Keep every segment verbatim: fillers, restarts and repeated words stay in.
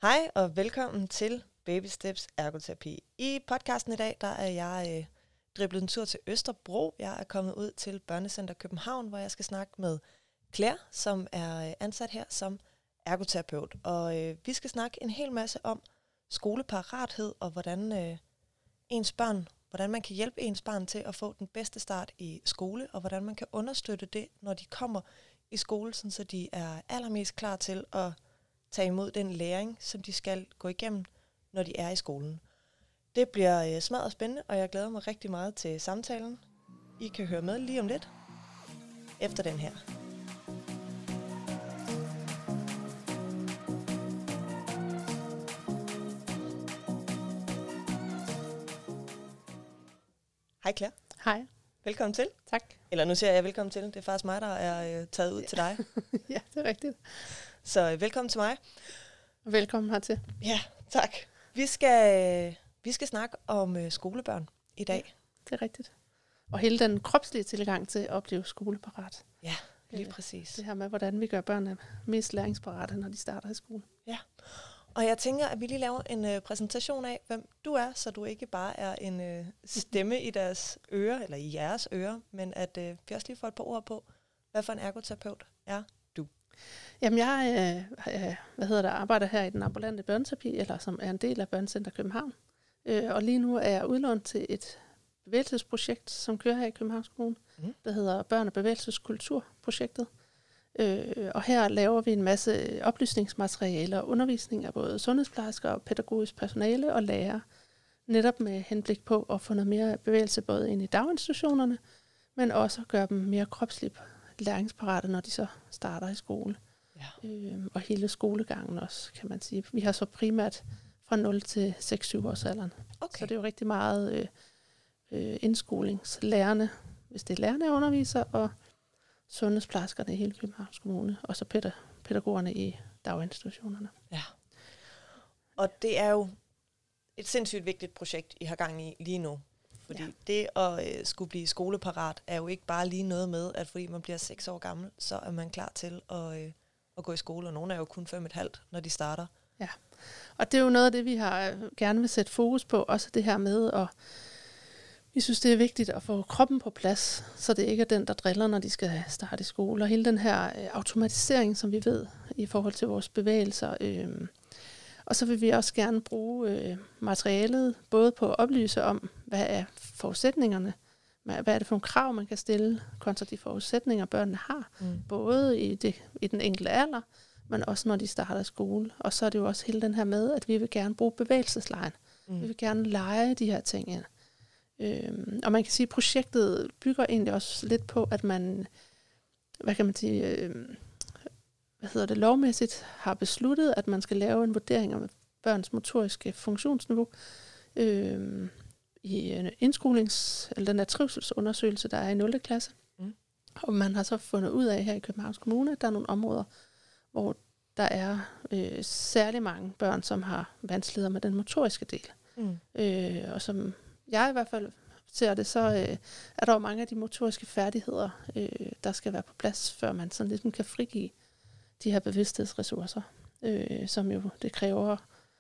Hej og velkommen til Baby Steps Ergoterapi. I podcasten i dag, der er jeg øh, driblet en tur til Østerbro. Jeg er kommet ud til Børnecenter København, hvor jeg skal snakke med Claire, som er øh, ansat her som ergoterapeut. Og øh, vi skal snakke en hel masse om skoleparathed og hvordan øh, ens børn, hvordan man kan hjælpe ens barn til at få den bedste start i skole, og hvordan man kan understøtte det, når de kommer i skole, så de er allermest klar til at tage imod den læring, som de skal gå igennem, når de er i skolen. Det bliver øh, smadret spændende, og jeg glæder mig rigtig meget til samtalen. I kan høre med lige om lidt, efter den her. Hej Claire. Hej. Velkommen til. Tak. Eller nu siger jeg velkommen til. Det er faktisk mig, der er øh, taget ud til dig. Ja, det er rigtigt. Så øh, velkommen til mig. Velkommen hertil. Ja, tak. Vi skal, øh, vi skal snakke om øh, skolebørn i dag. Ja, det er rigtigt. Og hele den kropslige tilgang til at blive skoleparat. Ja, lige præcis. Det her med, hvordan vi gør børnene mest læringsparate, når de starter i skole. Ja, og jeg tænker, at vi lige laver en øh, præsentation af, hvem du er, så du ikke bare er en øh, stemme i deres ører, eller i jeres ører, men at øh, vi også lige får et par ord på, hvad for en ergoterapeut er du? Jamen, jeg øh, hvad hedder det, arbejder her i den ambulante børneterapi, eller som er en del af Børnecenter København. Øh, og lige nu er jeg udlånt til et bevægelsesprojekt, som kører her i Københavns Kommune, mm. der hedder Børn- og Bevægelseskulturprojektet. Øh, og her laver vi en masse oplysningsmaterialer og undervisning af både sundhedsplejersker og pædagogisk personale og lærere, netop med henblik på at få noget mere bevægelse både ind i daginstitutionerne, men også at gøre dem mere kropsligt læringsparate, når de så starter i skole. Ja. Øh, og hele skolegangen også, kan man sige. Vi har så primært fra nul til seks syv års alderen. Okay. Så det er jo rigtig meget øh, øh, indskolingslærerne, hvis det er lærerne, jeg underviser, og sundhedsplejerskerne i hele Københavns Kommune, og så pæd- pædagogerne i daginstitutionerne. Ja. Og det er jo et sindssygt vigtigt projekt, I har gang i lige nu. Fordi ja. det at øh, skulle blive skoleparat, er jo ikke bare lige noget med, at fordi man bliver seks år gammel, så er man klar til at, øh, at gå i skole, og nogle er jo kun fem og et halvt, når de starter. Ja, og det er jo noget af det, vi har gerne vil sætte fokus på, også det her med at vi synes, det er vigtigt at få kroppen på plads, så det ikke er den, der driller, når de skal starte i skole. Og hele den her øh, automatisering, som vi ved i forhold til vores bevægelser. Øh, og så vil vi også gerne bruge øh, materialet, både på at oplyse om, hvad er forudsætningerne, hvad er det for nogle krav, man kan stille, kontra de forudsætninger, børnene har. Mm. Både i, det, i den enkelte alder, men også når de starter i skole. Og så er det jo også hele den her med, at vi vil gerne bruge bevægelseslejen. Mm. Vi vil gerne lege de her ting ind. Øhm, og man kan sige, at projektet bygger egentlig også lidt på, at man, hvad kan man sige, øh, hvad hedder det, lovmæssigt har besluttet, at man skal lave en vurdering om børns motoriske funktionsniveau øh, i en indskolings- eller den der trivselsundersøgelse, der er i nul klasse. Mm. Og man har så fundet ud af her i Københavns Kommune, at der er nogle områder, hvor der er øh, særlig mange børn, som har vanskeligheder med den motoriske del. Mm. Øh, og som jeg i hvert fald ser det, så øh, er der jo mange af de motoriske færdigheder, øh, der skal være på plads, før man sådan ligesom kan frigive de her bevidsthedsressourcer, øh, som jo det kræver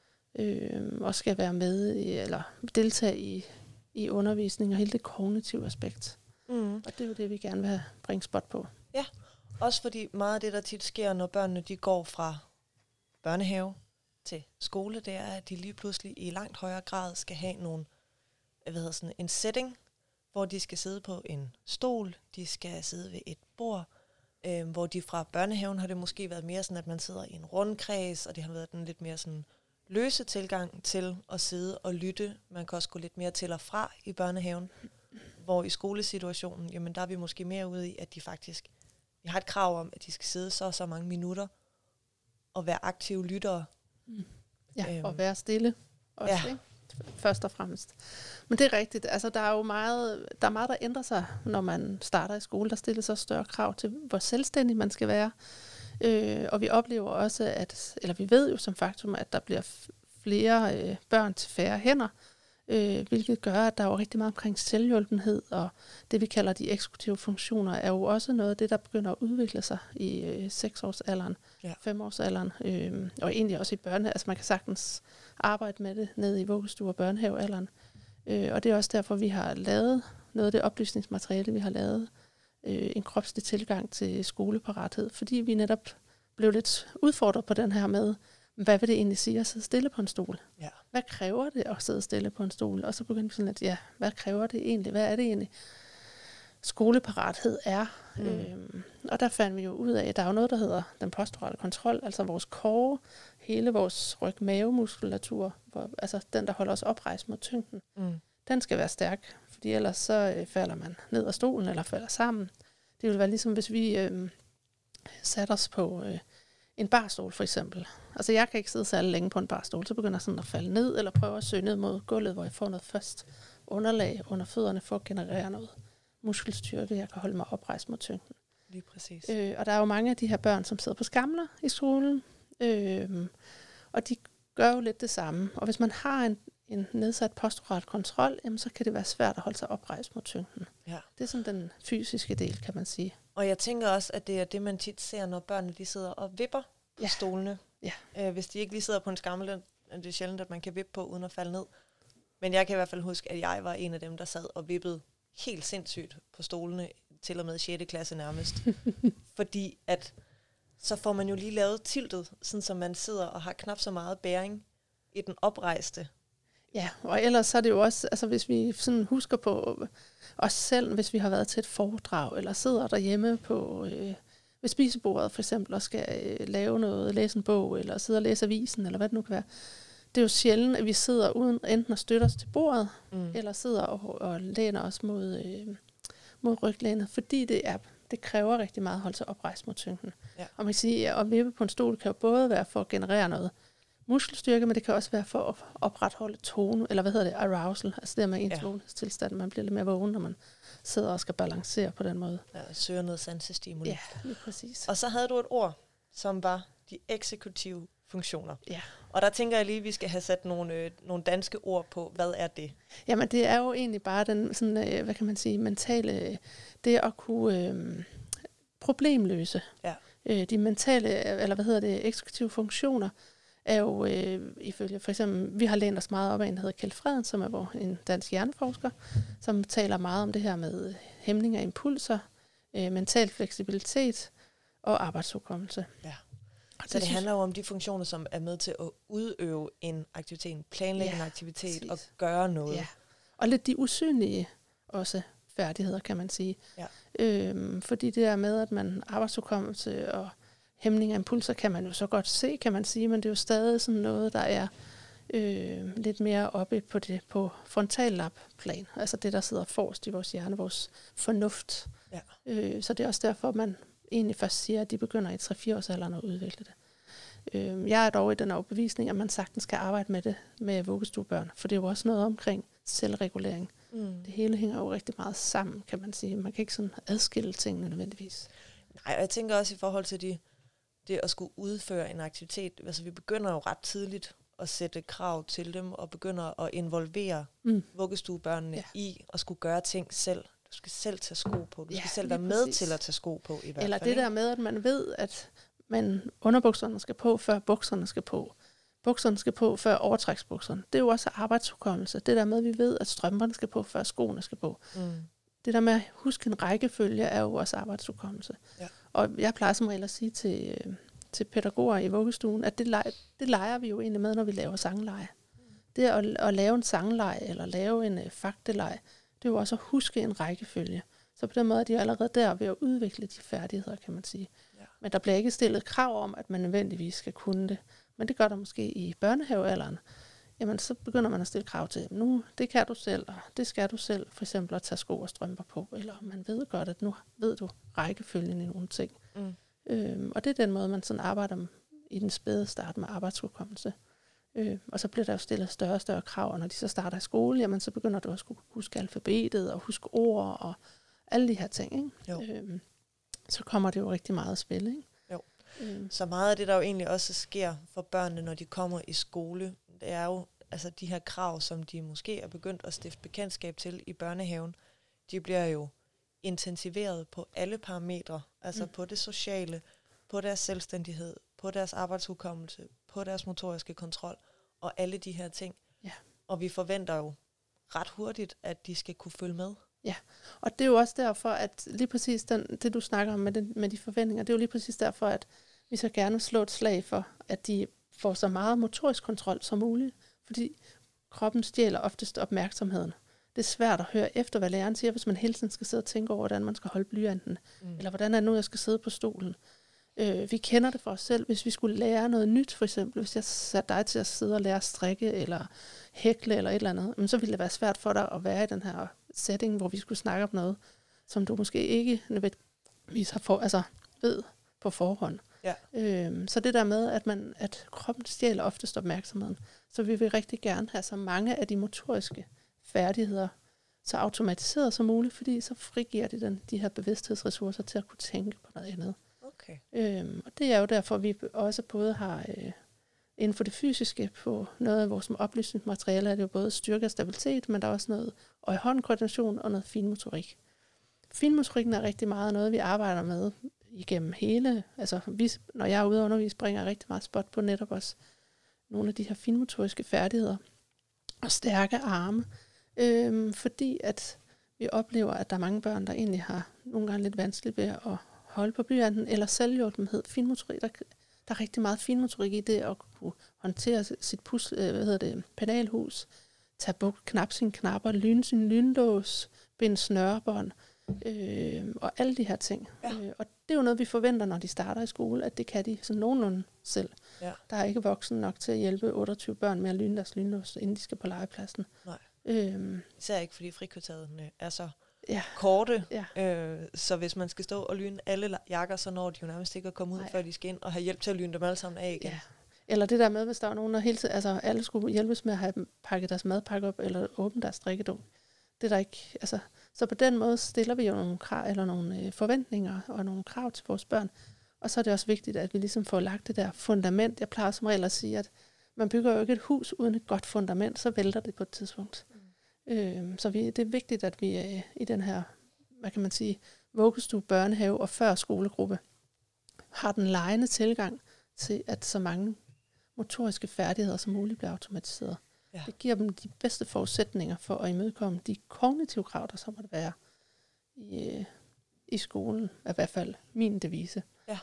øh, og skal være med i, eller deltage i, i undervisning og hele det kognitive aspekt. Mm. Og det er jo det, vi gerne vil have bringe spot på. Ja, også fordi meget af det, der tit sker, når børnene de går fra børnehave til skole, det er, at de lige pludselig i langt højere grad skal have nogle hvad hedder sådan, en setting, hvor de skal sidde på en stol, de skal sidde ved et bord, øh, hvor de fra børnehaven har det måske været mere sådan, at man sidder i en rundkreds, og det har været den lidt mere sådan løse tilgang til at sidde og lytte. Man kan også gå lidt mere til og fra i børnehaven, hvor i skolesituationen, jamen der er vi måske mere ude i, at de faktisk, vi har et krav om, at de skal sidde så og så mange minutter og være aktive lyttere. Mm. Ja, øhm, og være stille også, ja. Ikke? Først og fremmest. Men det er rigtigt. Altså, der er jo meget, der er meget, der ændrer sig, når man starter i skole. Der stilles så større krav til, hvor selvstændig man skal være. Øh, og vi oplever også, at, eller vi ved jo som faktum, at der bliver flere øh, børn til færre hænder. øh, hvilket gør, at der er jo rigtig meget omkring selvhjulpenhed, og det vi kalder de eksekutive funktioner, er jo også noget af det, der begynder at udvikle sig i øh, seksårsalderen, ja. femårsalderen, øh, og egentlig også i børne. Altså man kan sagtens arbejde med det ned i vuggestue- og børnehavealderen. Øh, og det er også derfor, vi har lavet noget af det oplysningsmateriale, vi har lavet, øh, en kropslig tilgang til skoleparathed, fordi vi netop blev lidt udfordret på den her med, hvad vil det egentlig sige at sidde stille på en stol? Ja. Hvad kræver det at sidde stille på en stol? Og så begyndte vi sådan lidt, ja, hvad kræver det egentlig? Hvad er det egentlig, skoleparathed er? Mm. Øhm, og der fandt vi jo ud af, at der er jo noget, der hedder den posturale kontrol, altså vores core, hele vores ryg-mave-muskulatur, hvor, altså den, der holder os oprejst mod tyngden, mm. den skal være stærk, fordi ellers så øh, falder man ned af stolen eller falder sammen. Det vil være ligesom, hvis vi øh, satte os på øh, en barstol for eksempel. Altså jeg kan ikke sidde særlig længe på en barstol, så begynder jeg sådan at falde ned, eller prøve at søge ned mod gulvet, hvor jeg får noget først underlag under fødderne for at generere noget muskelstyrke, jeg kan holde mig oprejst mod tyngden. Lige præcis. Øh, og der er jo mange af de her børn, som sidder på skamler i skolen, øh, og de gør jo lidt det samme. Og hvis man har en, en nedsat postural kontrol, jamen, så kan det være svært at holde sig oprejst mod tyngden. Ja. Det er sådan den fysiske del, kan man sige. Og jeg tænker også, at det er det, man tit ser, når børnene de sidder og vipper på ja. stolene. Ja. Øh, hvis de ikke lige sidder på en skammel, er det sjældent, at man kan vippe på, uden at falde ned. Men jeg kan i hvert fald huske, at jeg var en af dem, der sad og vippede helt sindssygt på stolene, til og med sjette klasse nærmest. Fordi at så får man jo lige lavet tiltet, sådan som man sidder og har knap så meget bæring i den oprejste. Ja, og ellers så er det jo også, altså hvis vi sådan husker på os selv, hvis vi har været til et foredrag, eller sidder derhjemme på øh, ved spisebordet for eksempel, og skal øh, lave noget, læse en bog, eller sidde og læse avisen, eller hvad det nu kan være. Det er jo sjældent, at vi sidder uden enten at støtte os til bordet, mm. eller sidder og, og læner os mod, øh, mod ryglænet, fordi det er det kræver rigtig meget at holde sig oprejst mod tyngden. Ja. Og man kan sige, at at vippe på en stol kan jo både være for at generere noget muskelstyrke, men det kan også være for at opretholde tone, eller hvad hedder det, arousal, altså det med ens ja. vågenhedstilstand, man bliver lidt mere vågen, når man sidder og skal balancere på den måde. Ja, søger noget sansestimuli. Ja, lige præcis. Og så havde du et ord, som var de eksekutive funktioner. Ja. Og der tænker jeg lige, at vi skal have sat nogle, øh, nogle danske ord på. Hvad er det? Jamen det er jo egentlig bare den, sådan, øh, hvad kan man sige, mentale, det at kunne øh, problemløse. Ja. Øh, de mentale, eller hvad hedder det, eksekutive funktioner, er jo øh, ifølge, for eksempel, vi har lænt os meget op af en, der hedder Kjeld Freden, som er hvor, en dansk hjerneforsker, som taler meget om det her med hæmning af impulser, øh, mental fleksibilitet og arbejdsudkommelse. Ja. Så det, det handler jo om de funktioner, som er med til at udøve en aktivitet, planlægge ja, en aktivitet præcis. Og gøre noget. Ja. Og lidt de usynlige også færdigheder, kan man sige. Ja. Øhm, fordi det der med, at man arbejdsudkommelse og hæmning af impulser, kan man jo så godt se, kan man sige, men det er jo stadig sådan noget, der er øh, lidt mere oppe på det på frontallabplan. Altså det, der sidder forrest i vores hjerne, vores fornuft. Ja. Øh, så det er også derfor, man egentlig først siger, at de begynder i tre-fire års alderen at udvikle det. Øh, jeg er dog i den overbevisning, at man sagtens skal arbejde med det med vuggestuebørn, for det er jo også noget omkring selvregulering. Mm. Det hele hænger jo rigtig meget sammen, kan man sige. Man kan ikke sådan adskille tingene nødvendigvis. Nej, og jeg tænker også i forhold til de, det at skulle udføre en aktivitet. Altså vi begynder jo ret tidligt at sætte krav til dem, og begynder at involvere mm. vuggestuebørnene ja. I at skulle gøre ting selv. Du skal selv tage sko på. Du ja, skal selv være med præcis. Til at tage sko på i hvert Eller fald. det der med, at man ved, at man underbukserne skal på, før bukserne skal på. Bukserne skal på, før overtræksbukserne. Det er jo også arbejdsudkommelse. Det der med, at vi ved, at strømperne skal på, før skoene skal på. Mm. Det der med at huske en rækkefølge, er jo også arbejdsudkommelse. Ja. Og jeg plejer som regel at sige til, til pædagoger i vuggestuen, at det, leger, det leger vi jo egentlig med, når vi laver sangleje. Mm. Det at, at lave en sangleje, eller lave en uh, fakteleje, det er jo også at huske en rækkefølge. Så på den måde er de allerede der ved at udvikle de færdigheder, kan man sige. Ja. Men der bliver ikke stillet krav om, at man nødvendigvis skal kunne det. Men det gør der måske i børnehavealderen. Jamen, så begynder man at stille krav til, nu, det kan du selv, og det skal du selv, for eksempel at tage sko og strømper på. Eller man ved godt, at nu ved du rækkefølgen i nogle ting. Mm. Øhm, og det er den måde, man sådan arbejder med, i den spæde start med arbejdsudkommelse. Øh, og så bliver der jo stillet større og større krav, og når de så starter i skole, jamen så begynder du også at huske alfabetet og huske ord og alle de her ting. Ikke? Øh, så kommer det jo rigtig meget at spille. Ikke? Jo. Øh. Så meget af det, der jo egentlig også sker for børnene, når de kommer i skole, det er jo, altså de her krav, som de måske er begyndt at stifte bekendtskab til i børnehaven, de bliver jo intensiveret på alle parametre, altså mm. på det sociale, på deres selvstændighed, på deres arbejdshukommelse, på deres motoriske kontrol, og alle de her ting. Ja. Og vi forventer jo ret hurtigt, at de skal kunne følge med. Ja, og det er jo også derfor, at lige præcis den, det, du snakker om med, den, med de forventninger, det er jo lige præcis derfor, at vi så gerne vil slå et slag for, at de får så meget motorisk kontrol som muligt, fordi kroppen stjæler oftest opmærksomheden. Det er svært at høre efter, hvad læreren siger, hvis man hele tiden skal sidde og tænke over, hvordan man skal holde blyanten, mm. eller hvordan er det nu, jeg skal sidde på stolen. Øh, vi kender det for os selv, hvis vi skulle lære noget nyt, for eksempel, hvis jeg satte dig til at sidde og lære at strikke, eller hækle, eller et eller andet, så ville det være svært for dig at være i den her setting, hvor vi skulle snakke om noget, som du måske ikke nødvendigvis har for, altså, ved på forhånd. Ja. Øhm, så det der med, at, man, at kroppen stjæler oftest opmærksomheden, så vi vil rigtig gerne have så mange af de motoriske færdigheder så automatiseret som muligt, fordi så frigiver de den, de her bevidsthedsressourcer til at kunne tænke på noget andet. Okay. Øhm, og det er jo derfor, vi også både har øh, inden for det fysiske på noget af vores oplysningsmateriale, er det jo både styrke og stabilitet, men der er også noget øje-hånd-koordination og noget finmotorik. Finmotorikken er rigtig meget noget, vi arbejder med igennem hele, altså vi, når jeg er ude og undervise, bringer jeg rigtig meget spot på netop også nogle af de her finmotoriske færdigheder og stærke arme, øhm, fordi at vi oplever, at der er mange børn, der egentlig har nogle gange lidt vanskeligt ved at holde på blyanten, eller selvhjulpenhed, finmotorik. Der, der er rigtig meget finmotorik i det at kunne håndtere sit pus, øh, hvad hedder det, pedalhus, tage bukt, knap sine knapper, lyne sin lynlås, binde snørebånd, øh, og alle de her ting. Ja. Øh, og det er jo noget, vi forventer, når de starter i skole, at det kan de sådan nogenlunde selv. Ja. Der er ikke voksen nok til at hjælpe otteogtyve børn med at lyne deres lynlås, inden de skal på legepladsen. Nej. Øhm, Især ikke, fordi frikvartererne er så ja. korte, ja. øh, så hvis man skal stå og lyne alle jakker, så når de jo nærmest ikke at komme ud, Nej. før de skal ind og have hjælp til at lyne dem alle sammen af igen. Ja. Eller det der med, hvis der er nogen, der hele tiden, altså alle skulle hjælpes med at have pakket deres madpakke op, eller åbne deres drikkedunk. Det er der ikke, altså, så på den måde stiller vi jo nogle krav, eller nogle øh, forventninger og nogle krav til vores børn. Og så er det også vigtigt, at vi ligesom får lagt det der fundament. Jeg plejer som regel at sige, at man bygger jo ikke et hus uden et godt fundament, så vælter det på et tidspunkt. Mm. Øh, så vi, det er vigtigt, at vi øh, i den her, hvad kan man sige, vuggestue, børnehave og før skolegruppe, har den legende tilgang til, at så mange motoriske færdigheder som muligt bliver automatiseret. Ja. Det giver dem de bedste forudsætninger for at imødekomme de kognitive krav, der så må det være i, øh, i skolen, er i hvert fald min devise. Ja.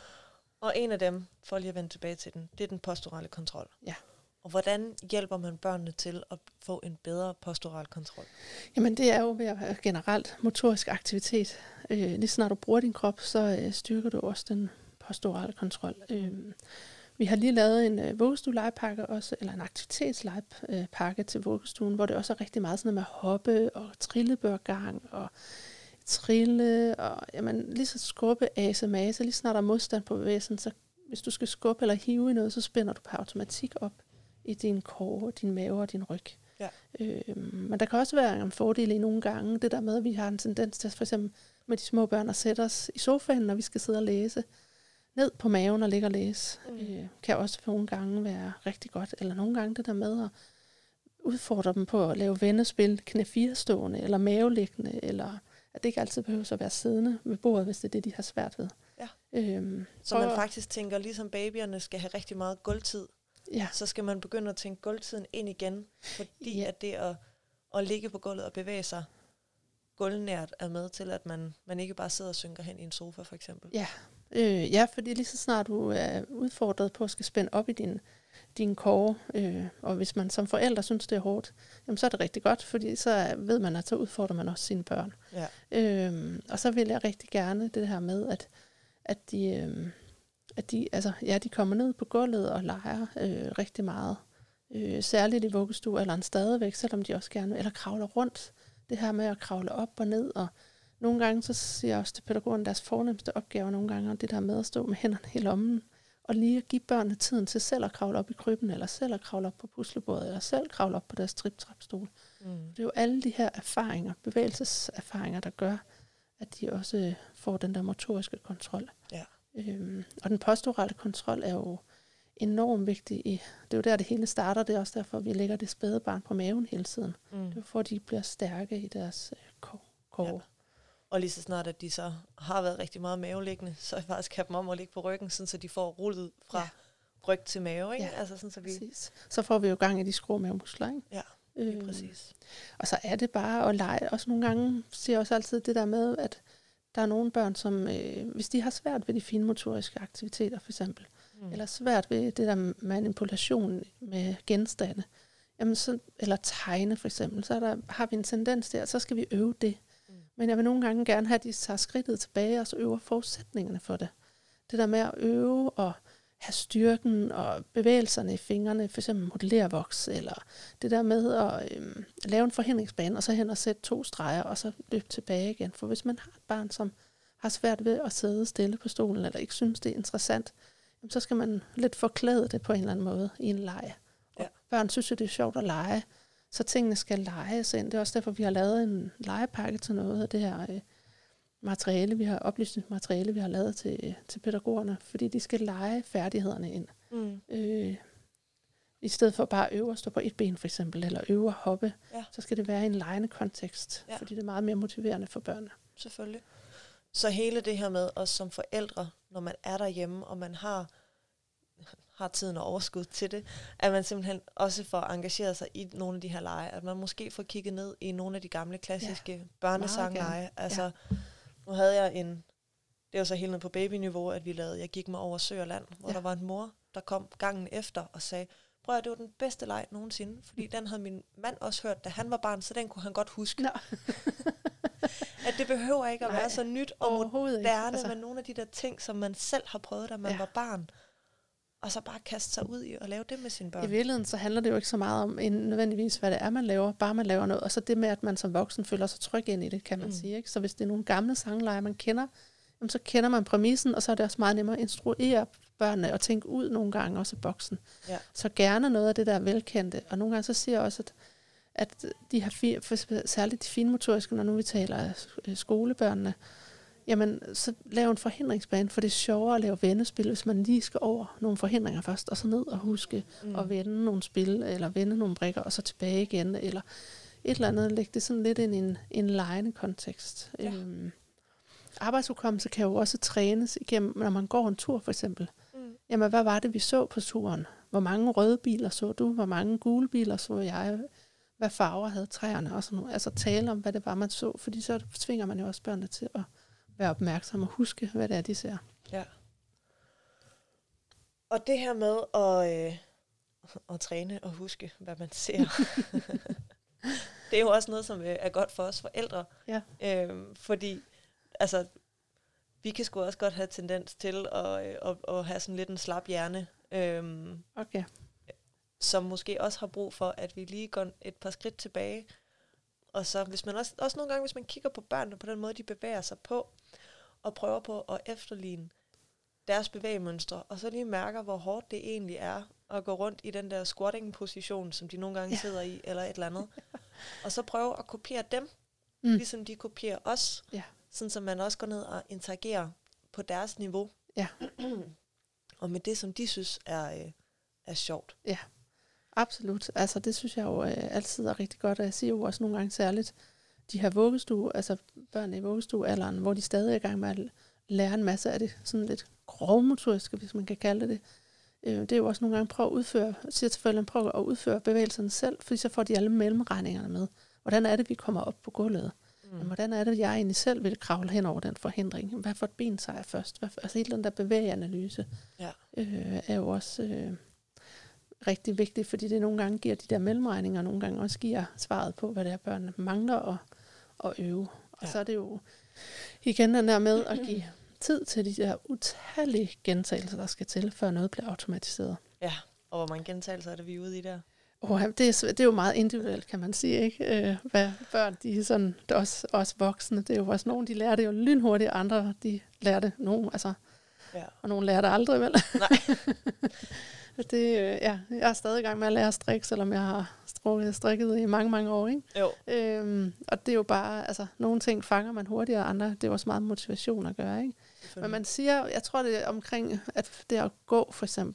Og en af dem, for lige at vende tilbage til den, det er den posturale kontrol. Ja. Og hvordan hjælper man børnene til at få en bedre postural kontrol? Jamen det er jo ved at have generelt motorisk aktivitet. Øh, lige snart du bruger din krop, så øh, styrker du også den posturale kontrol. Øh, vi har lige lavet en øh, vuggestue-legepakke også, eller en aktivitetslegepakke til vuggestuen, hvor det også er rigtig meget sådan noget med hoppe og trillebørgang og trille og jamen, lige så skubbe, ase, mase. Lige snart der er modstand på bevægelsen, så hvis du skal skubbe eller hive i noget, så spænder du på automatik op i din kåre, din mave og din ryg. Ja. Øhm, men der kan også være en fordel i nogle gange, det der med, at vi har en tendens til, for eksempel med de små børn, at sætte os i sofaen, når vi skal sidde og læse, ned på maven og ligge og læse, mm. øh, kan også nogle gange være rigtig godt. Eller nogle gange det der med at udfordre dem på at lave vendespil, knæ fire stående, eller maveliggende, eller at det ikke altid behøver at være siddende ved bordet, hvis det er det, de har svært ved. Ja. Øhm, så man faktisk tænker, ligesom babyerne skal have rigtig meget gulvtid, ja. Så skal man begynde at tænke gulvtiden ind igen, fordi ja. At det at, at ligge på gulvet og bevæge sig gulvnært er med til, at man, man ikke bare sidder og synker hen i en sofa, for eksempel. Ja, øh, ja, fordi lige så snart du er udfordret på at skal spænde op i din, din kåre, øh, og hvis man som forælder synes, det er hårdt, jamen, så er det rigtig godt, fordi så ved man, at så udfordrer man også sine børn. Ja. Øh, og så vil jeg rigtig gerne det her med, at, at de... Øh, at de, altså, ja, de kommer ned på gulvet og leger øh, rigtig meget. Øh, særligt i vuggestuealderen stadigvæk, selvom de også gerne, eller kravler rundt. Det her med at kravle op og ned, og nogle gange, så siger jeg også til pædagogerne, deres fornemmeste opgaver nogle gange, og det der med at stå med hænderne i lommen, og lige at give børnene tiden til selv at kravle op i krybben, eller selv at kravle op på puslebordet, eller selv kravle op på deres trip-trap-stol. Mm. Det er jo alle de her erfaringer, bevægelseserfaringer, der gør, at de også får den der motoriske kontrol. Ja. Øhm, og den posturale kontrol er jo enormt vigtigt. I, det er jo der, det hele starter. Det er også derfor, vi lægger det spædebarn på maven hele tiden. Mm. Det er for, at de bliver stærke i deres øh, kår. Ja. Og lige så snart, at de så har været rigtig meget maveliggende, så er jeg faktisk have dem om at ligge på ryggen, sådan, så de får rullet fra ja. ryg til mave. Ikke? Ja, altså, sådan, så, vi præcis. Så får vi jo gang i de skrå mavemuskler. Ikke? Ja, lige øhm, præcis. Og så er det bare at lege. Også nogle gange siger jeg også altid det der med, at der er nogle børn, som øh, hvis de har svært ved de finmotoriske aktiviteter for eksempel, mm. eller svært ved det der manipulation med genstande, jamen så, eller tegne for eksempel, så er der, har vi en tendens der, så skal vi øve det. Mm. Men jeg vil nogle gange gerne have, at de tager skridtet tilbage, og så øver forudsætningerne for det. Det der med at øve og have styrken og bevægelserne i fingrene, for eksempel modellervoks, eller det der med at øhm, lave en forhindringsbane, og så hen og sætte to streger, og så løbe tilbage igen. For hvis man har et barn, som har svært ved at sidde stille på stolen, eller ikke synes, det er interessant, jamen, så skal man lidt forklæde det på en eller anden måde i en leg. Ja. Børn synes jo, det er sjovt at lege, så tingene skal leges ind. Det er også derfor, vi har lavet en legepakke til noget af det her øh, materiale, vi har oplysningsmateriale, vi har lavet til, til pædagogerne, fordi de skal lege færdighederne ind. Mm. Øh, I stedet for bare at øve at stå på et ben for eksempel, eller øve at hoppe, ja. så skal det være i en legende kontekst, ja. fordi det er meget mere motiverende for børnene. Selvfølgelig. Så hele det her med os som forældre, når man er derhjemme, og man har, har tiden og overskud til det, at man simpelthen også får engageret sig i nogle af de her lege, at man måske får kigget ned i nogle af de gamle klassiske ja. børnesangleje. Altså, ja. nu havde jeg en, det var så helt ned på babyniveau, at vi lavede, jeg gik mig over sø og land, hvor ja. der var en mor, der kom gangen efter og sagde, prøv at det var den bedste leg nogensinde, fordi den havde min mand også hørt, da han var barn, så den kunne han godt huske. No. At det behøver ikke at Nej, være så nyt og moderne, altså. Men nogle af de der ting, som man selv har prøvet, da man ja. var barn, og så bare kaste sig ud i og lave det med sine børn. I virkeligheden så handler det jo ikke så meget om en, nødvendigvis, hvad det er, man laver, bare man laver noget, og så det med, at man som voksen føler sig tryg ind i det, kan man mm. sige. Ikke? Så hvis det er nogle gamle sangleje, man kender, så kender man præmissen, og så er det også meget nemmere at instruere børnene og tænke ud nogle gange, også i boksen. Ja. Så gerne noget af det, der er velkendte. Og nogle gange så siger jeg også, at, at de har fi, for særligt de finmotoriske, når nu vi taler skolebørnene, jamen så lav en forhindringsbane, for det er sjovere at lave vendespil, hvis man lige skal over nogle forhindringer først, og så ned og huske mm. at vende nogle spil, eller vende nogle brikker, og så tilbage igen, eller et eller andet, lægge det sådan lidt ind i en, en legende kontekst. Ja. Øhm, arbejdsudkommelse kan jo også trænes igennem, når man går en tur for eksempel. Mm. Jamen, hvad var det, vi så på turen? Hvor mange røde biler så du? Hvor mange gule biler så jeg? Hvad farver havde træerne? Og sådan noget. Altså tale om, hvad det var, man så, fordi så tvinger man jo også børnene til at være opmærksom og huske, hvad det er, de ser. Ja. Og det her med at, øh, at træne og huske, hvad man ser, det er jo også noget, som øh, er godt for os forældre. Ja. Øhm, fordi, altså, vi kan sgu også godt have tendens til at, øh, at, at have sådan lidt en slap hjerne. Øhm, okay. Som måske også har brug for, at vi lige går et par skridt tilbage. Og så, hvis man også, også nogle gange, hvis man kigger på børnene på den måde, de bevæger sig på, og prøver på at efterligne deres bevægemønstre, og så lige mærker, hvor hårdt det egentlig er at gå rundt i den der squatting-position, som de nogle gange ja. sidder i, eller et eller andet. Og så prøve at kopiere dem, mm. ligesom de kopierer os, ja. sådan så man også går ned og interagerer på deres niveau. Ja. Og med det, som de synes er, øh, er sjovt. Ja, absolut. Altså det synes jeg jo øh, altid er rigtig godt, og jeg siger jo også nogle gange særligt, de her vuggestue, altså børn i vuggestuealderen, hvor de stadig er i gang med at lære en masse af det, sådan lidt grovmotoriske, hvis man kan kalde det. Øh, det er jo også nogle gange prøve at udføre, siger til forældrene, prøve at udføre bevægelserne selv, fordi så får de alle mellemregningerne med. Hvordan er det, vi kommer op på gulvet? Mm. Jamen, hvordan er det, jeg egentlig selv vil kravle hen over den forhindring? Hvad for et ben tager jeg først? Hvad for, altså hele den der bevægeanalyse ja. øh, er jo også øh, rigtig vigtigt, fordi det nogle gange giver de der mellemregninger, og nogle gange også giver svaret på, hvad det er, børnene mangler at, at øve. Og ja. så er det jo igen den der med at give tid til de der utallige gentagelser, der skal til, før noget bliver automatiseret. Ja, og hvor mange gentagelser er det, vi er ude i der? Oh, det, er, det er jo meget individuelt, kan man sige, ikke? Øh, hvad børn, de er sådan, det er også, også voksne, det er jo også nogen, de lærer det jo lynhurtigt, andre, de lærer det, nogen, altså, ja. og nogen lærer det aldrig, vel? Nej. det, ja, jeg er stadig i gang med at lære at strikke, selvom jeg har strikket i mange, mange år, ikke? Jo. Øhm, og det er jo bare, altså, nogle ting fanger man hurtigere, andre, det er også meget motivation at gøre, ikke? Men man siger, jeg tror det er omkring, at det at gå, for eksempel,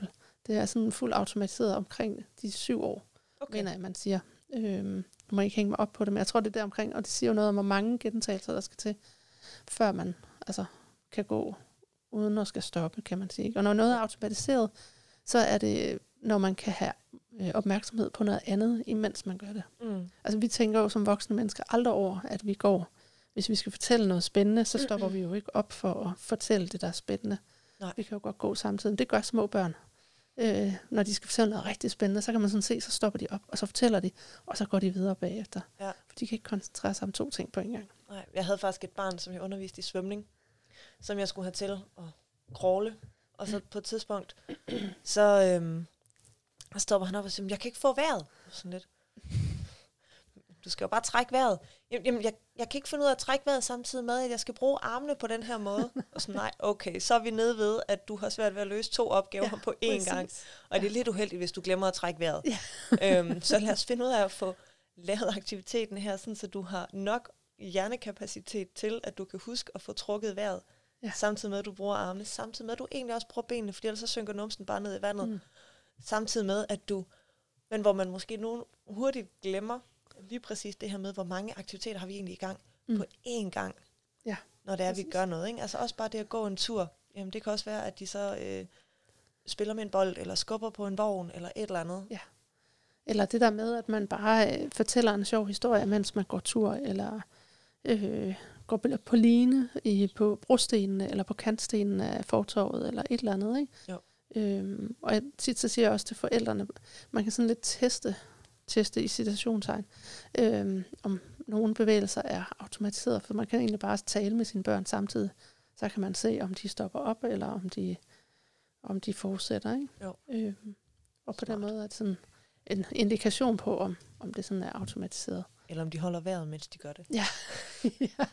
Det er sådan fuldt automatiseret omkring de syv år, okay. mener jeg, man siger. Øhm, du må ikke hænge mig op på det, men jeg tror, det er der omkring, og det siger jo noget om, hvor mange gentagelser, der skal til, før man altså, kan gå uden at skal stoppe, kan man sige. Og når noget er automatiseret, så er det, når man kan have øh, opmærksomhed på noget andet, imens man gør det. Mm. Altså vi tænker jo som voksne mennesker aldrig over, at vi går, hvis vi skal fortælle noget spændende, så stopper vi jo ikke op for at fortælle det, der er spændende. Nej. Vi kan jo godt gå samtidig. Det gør små børn. Øh, når de skal fortælle noget rigtig spændende, så kan man sådan se, så stopper de op, og så fortæller de, og så går de videre bagefter. Ja. For de kan ikke koncentrere sig om to ting på en gang. Nej, jeg havde faktisk et barn, som jeg underviste i svømning, som jeg skulle have til at crawle, og så på et tidspunkt, så øhm, stopper han op og siger, jeg kan ikke få vejret. Sådan lidt. Du skal jo bare trække vejret. Jamen, jeg, jeg kan ikke finde ud af at trække vejret samtidig med, at jeg skal bruge armene på den her måde. Og så nej, okay, så er vi nede ved, at du har svært ved at løse to opgaver ja, på én præcis. gang. Og ja. det er lidt uheldigt, hvis du glemmer at trække vejret. Ja. øhm, så lad os finde ud af at få lavet aktiviteten her, sådan, så du har nok hjernekapacitet til, at du kan huske at få trukket vejret, ja. samtidig med, at du bruger armene, samtidig med, at du egentlig også bruger benene, fordi ellers så synker numsen bare ned i vandet. Mm. Samtidig med, at du, men hvor man måske nu hurtigt glemmer, lige præcis det her med, hvor mange aktiviteter har vi egentlig i gang mm. på én gang, ja, når det er, præcis. vi gør noget. Ikke? Altså også bare det at gå en tur. Jamen det kan også være, at de så øh, spiller med en bold, eller skubber på en vogn, eller et eller andet. Ja. Eller det der med, at man bare øh, fortæller en sjov historie, mens man går tur, eller øh, går på line i, på brostenene, eller på kantstenen af fortorvet, eller et eller andet. Ikke? Jo. Øhm, og jeg, tit så siger jeg også til forældrene, man kan sådan lidt teste, teste i citationstegn, øhm, om nogle bevægelser er automatiseret, for man kan egentlig bare tale med sine børn samtidig, så kan man se, om de stopper op, eller om de, om de fortsætter. Ikke? Jo. Øhm, og på Smart. den måde er det sådan en indikation på, om, om det sådan er automatiseret. Eller om de holder vejret, mens de gør det. Ja. ja.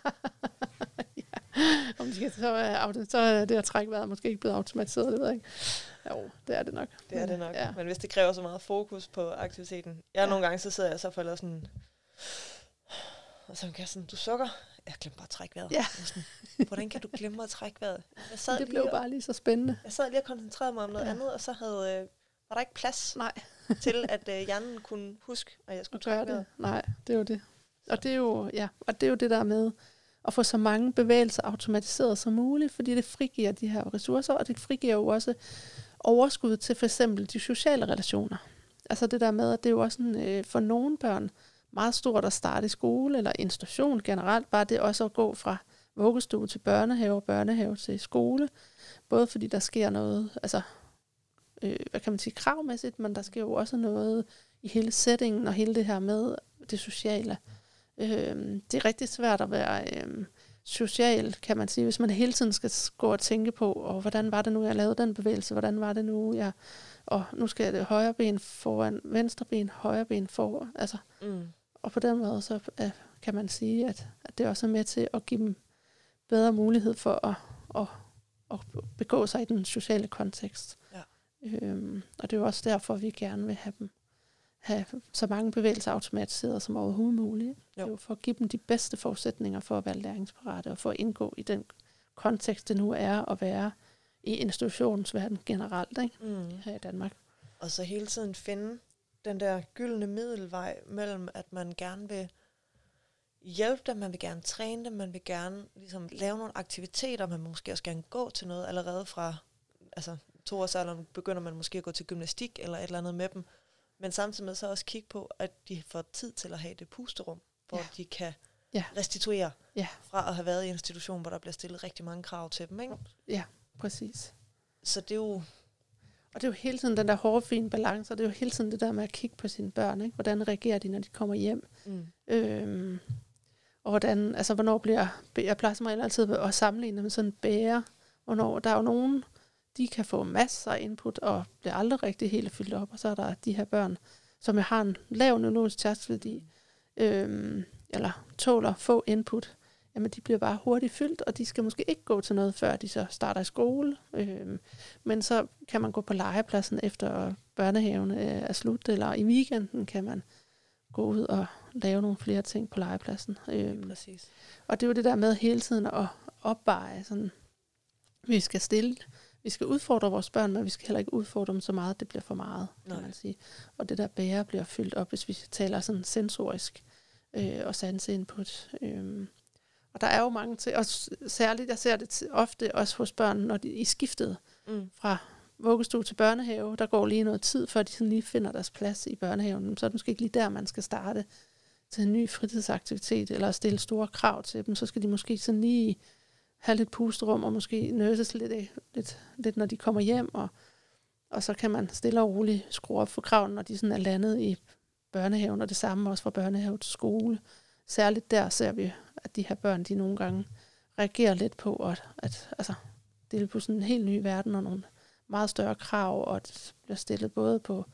Om de skal, så, er, så er det at trække vejret måske ikke blevet automatiseret, det ved jeg ikke. Jo, det er det nok. Det er det nok. Ja. Men hvis det kræver så meget fokus på aktiviteten. Jeg ja. nogle gange, så sidder jeg så for eller sådan, og så kan jeg sådan, du sukker. Jeg glemmer bare at trække vejret. Ja. Sådan, hvordan kan du glemme at trække vejret? Jeg sad det blev lige bare lige så spændende. Jeg sad lige og koncentrerede mig om noget ja. andet, og så havde, øh, var der ikke plads Nej. til, at øh, hjernen kunne huske, at jeg skulle trække vejret. Nej, det er jo det. Og det er jo, ja, og det er jo det der med at få så mange bevægelser automatiseret som muligt, fordi det frigiver de her ressourcer, og det frigiver jo også overskud til for eksempel de sociale relationer. Altså det der med, at det er jo også en, øh, for nogle børn meget stort at starte i skole, eller institution generelt, bare det også at gå fra vuggestue til børnehave, og børnehave til skole, både fordi der sker noget, altså, øh, hvad kan man sige, kravmæssigt, men der sker jo også noget i hele settingen, og hele det her med det sociale. Øh, det er rigtig svært at være øh, social, kan man sige, hvis man hele tiden skal gå og tænke på, og hvordan var det nu, jeg lavede den bevægelse, hvordan var det nu, jeg, og nu skal jeg det højre ben foran, venstre ben, højre ben foran, altså, mm. og på den måde, så uh, kan man sige, at, at det også er med til at give dem bedre mulighed for at, at, at begå sig i den sociale kontekst. Ja. Øhm, og det er jo også derfor, vi gerne vil have dem have så mange bevægelser automatiseret som overhovedet muligt. Det er jo for at give dem de bedste forudsætninger for at være læringsparate og for at indgå i den kontekst, det nu er at være i institutionsverden generelt, ikke? Mm. Her i Danmark. Og så hele tiden finde den der gyldne middelvej mellem, at man gerne vil hjælpe dem, man vil gerne træne dem, man vil gerne ligesom lave nogle aktiviteter, man måske også gerne gå til noget allerede fra altså toårsalderen begynder man måske at gå til gymnastik eller et eller andet med dem. Men samtidig med så også kigge på, at de får tid til at have det pusterum, hvor ja. de kan ja. restituere ja. fra at have været i en institution, hvor der bliver stillet rigtig mange krav til dem. Ikke? Ja, præcis. Så det er jo... Og det er jo hele tiden den der hårfine balance, og det er jo hele tiden det der med at kigge på sine børn, ikke? Hvordan reagerer de, når de kommer hjem? Mm. Øhm, og hvordan, altså hvornår bliver... Jeg plejer som regel altid at sammenligne med sådan en bære, hvornår der er jo nogen... De kan få masser af input og bliver aldrig rigtig helt fyldt op. Og så er der de her børn, som har en lav neurologisk tærskelværdi, øhm, eller tåler få input. Jamen de bliver bare hurtigt fyldt, og de skal måske ikke gå til noget, før de så starter i skole. Øhm, men så kan man gå på legepladsen efter børnehaven øh, er slut, eller i weekenden kan man gå ud og lave nogle flere ting på legepladsen. Øhm, Præcis. Og det er jo det der med hele tiden at opveje sådan, vi skal stille vi skal udfordre vores børn, men vi skal heller ikke udfordre dem så meget, at det bliver for meget, kan Nej. man sige. Og det der bære bliver fyldt op, hvis vi taler sådan sensorisk øh, og sanse-input. Øh. Og der er jo mange til, og særligt, jeg ser det ofte også hos børn, når de i skiftet mm. fra vuggestue til børnehave, der går lige noget tid, før de sådan lige finder deres plads i børnehaven. Så er det måske ikke lige der, man skal starte til en ny fritidsaktivitet, eller stille store krav til dem. Så skal de måske sådan lige have lidt pusterum, og måske nøses lidt, lidt, lidt når de kommer hjem, og, og så kan man stille og roligt skrue op for kravene, når de sådan er landet i børnehaven, og det samme også fra børnehave til skole. Særligt der ser vi, at de her børn, de nogle gange reagerer lidt på, at, at altså, det er på sådan en helt ny verden, og nogle meget større krav, og det bliver stillet både på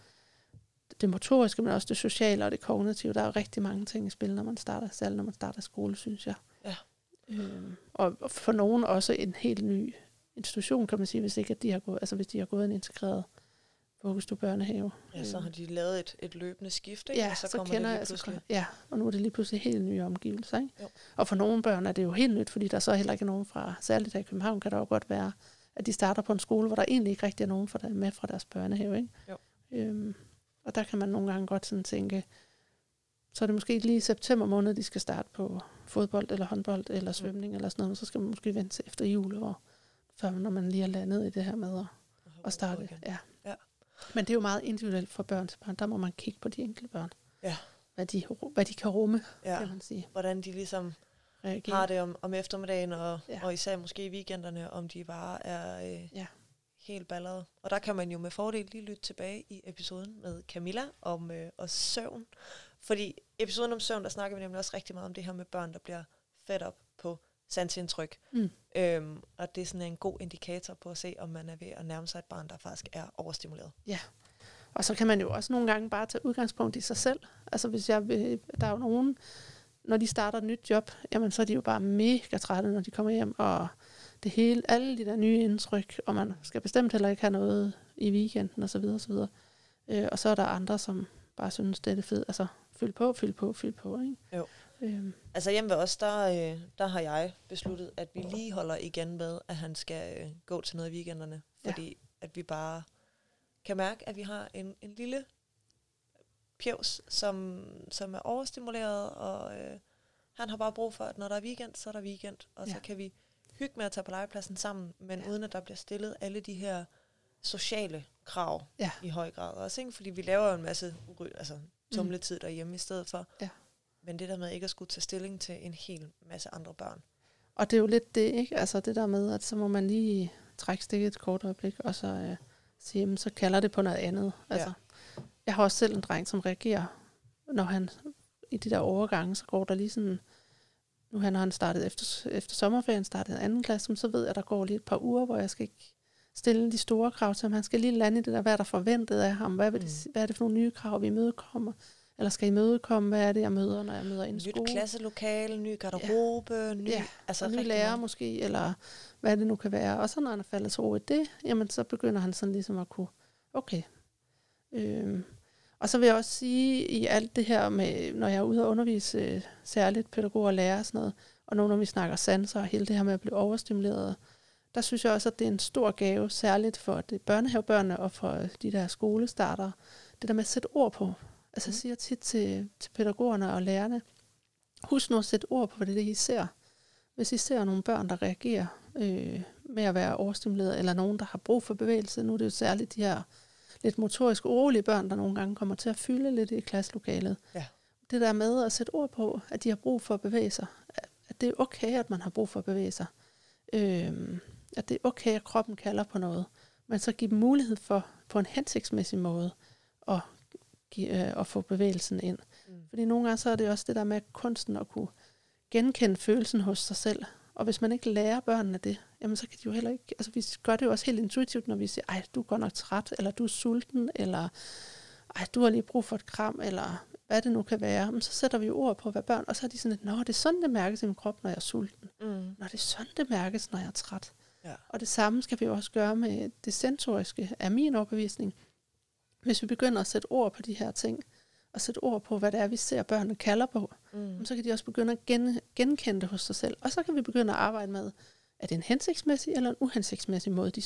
det motoriske, men også det sociale og det kognitive. Der er rigtig mange ting i spil, når man starter, selv når man starter skole, synes jeg. Ja. Øhm, og for nogen også en helt ny institution, kan man sige, hvis ikke at de har gået, altså hvis de har gået en integreret vuggestue børnehave. Ja, så har de lavet et, et løbende skift, ikke? Ja, og så, så kommer kender det jeg, lige pludselig. så, ja, og nu er det lige pludselig helt nye omgivelser, ikke? Jo. Og for nogle børn er det jo helt nyt, fordi der så heller ikke er nogen fra, særligt her i København, kan der jo godt være, at de starter på en skole, hvor der egentlig ikke rigtig er nogen for der, med fra deres børnehave, ikke? Jo. Øhm, og der kan man nogle gange godt sådan tænke, så er det måske lige i september måned, de skal starte på fodbold eller håndbold eller svømning mm. eller sådan noget, så skal man måske vente til efter jul, hvor, før når man lige er landet i det her med at, at starte. Ja. Ja. Men det er jo meget individuelt fra børn til børn. Der må man kigge på de enkelte børn. Ja. Hvad de, hvad de kan rumme, ja. kan man sige. Hvordan de ligesom reagerer. har det om, om eftermiddagen, og, ja. og især måske i weekenderne, om de bare er øh, ja. helt ballerede. Og der kan man jo med fordel lige lytte tilbage i episoden med Camilla om øh, og søvn. Fordi episoden om søvn, der snakker vi nemlig også rigtig meget om det her med børn, der bliver fed op på sansindtryk. Mm. Øhm, og det er sådan en god indikator på at se, om man er ved at nærme sig et barn, der faktisk er overstimuleret. Ja, og så kan man jo også nogle gange bare tage udgangspunkt i sig selv. Altså hvis jeg vil, der er jo nogen, når de starter et nyt job, jamen så er de jo bare mega trætte, når de kommer hjem, og det hele, alle de der nye indtryk, og man skal bestemt heller ikke have noget i weekenden, og så videre, og så videre. Øh, og så er der andre, som bare synes, det er det fedt. Altså, fyld på, fyld på, fyld på, ikke? Jo. Øhm. Altså hjemme ved os, der, øh, der har jeg besluttet, at vi lige holder igen med, at han skal øh, gå til noget i weekenderne. Fordi ja. at vi bare kan mærke, at vi har en, en lille pjevs, som, som er overstimuleret, og øh, han har bare brug for, at når der er weekend, så er der weekend. Og ja. så kan vi hygge med at tage på legepladsen sammen, men ja. uden at der bliver stillet alle de her sociale krav ja. i høj grad også, ikke? Fordi vi laver jo en masse altså, tumletid mm. derhjemme i stedet for. Ja. Men det der med ikke at skulle tage stilling til en hel masse andre børn. Og det er jo lidt det, ikke? Altså det der med, at så må man lige trække stikket et kort øjeblik, og så øh, sige, jamen, så kalder det på noget andet. Altså, ja. Jeg har også selv en dreng, som reagerer, når han i de der overgange, så går der lige sådan, nu han har han startet efter, efter sommerferien, startet anden klasse, så ved jeg, at der går lige et par uger, hvor jeg skal ikke stille de store krav til ham. Han skal lige lande i det der, hvad er der forventet af ham, hvad, vil det, mm. hvad er det for nogle nye krav, vi imødekommer, eller skal imødekomme, hvad er det, jeg møder, når jeg møder en skole. Nyt klasselokale, ny garderobe, ja. ny, ja. altså og ny lærer meget. Måske, eller hvad det nu kan være. Og så når han er faldet til ro i det, jamen så begynder han sådan ligesom at kunne, okay. Øhm. Og så vil jeg også sige, i alt det her med, når jeg er ude og undervise øh, særligt pædagoger og lærere og sådan noget, og nu når vi snakker sanser og hele det her med at blive overstimuleret, der synes jeg også, at det er en stor gave, særligt for det børnehavebørnene og for de der skolestartere, det der med at sætte ord på. Altså jeg siger tit til, til pædagogerne og lærerne, husk nu at sætte ord på, hvad det er, I ser. Hvis I ser nogle børn, der reagerer øh, med at være overstimuleret, eller nogen, der har brug for bevægelse, nu er det jo særligt de her lidt motorisk urolige børn, der nogle gange kommer til at fylde lidt i klasselokalet. Ja. Det der med at sætte ord på, at de har brug for at bevæge sig. At det er okay, at man har brug for at bevæge sig. Øhm, at det er okay, at kroppen kalder på noget. Men så give dem mulighed for, på en hensigtsmæssig måde, at, give, øh, at få bevægelsen ind. Mm. Fordi nogle gange så er det også det der med kunsten at kunne genkende følelsen hos sig selv. Og hvis man ikke lærer børnene det, jamen så kan de jo heller ikke, altså vi gør det jo også helt intuitivt, når vi siger, ej, du er godt nok træt, eller du er sulten, eller ej, du har lige brug for et kram, eller hvad det nu kan være. Men så sætter vi jo ord på, hvad børn, og så er de sådan lidt, nå, det er sådan, det mærkes i min krop, når jeg er sulten. Mm. Nå, det er sådan, det mærkes, når jeg er træt. Ja. Og det samme skal vi jo også gøre med det sensoriske, af min overbevisning. Hvis vi begynder at sætte ord på de her ting, og sætte ord på, hvad det er, vi ser børnene kalder på, mm. så kan de også begynde at gen, genkende det hos sig selv. Og så kan vi begynde at arbejde med, er det en hensigtsmæssig eller en uhensigtsmæssig måde, de så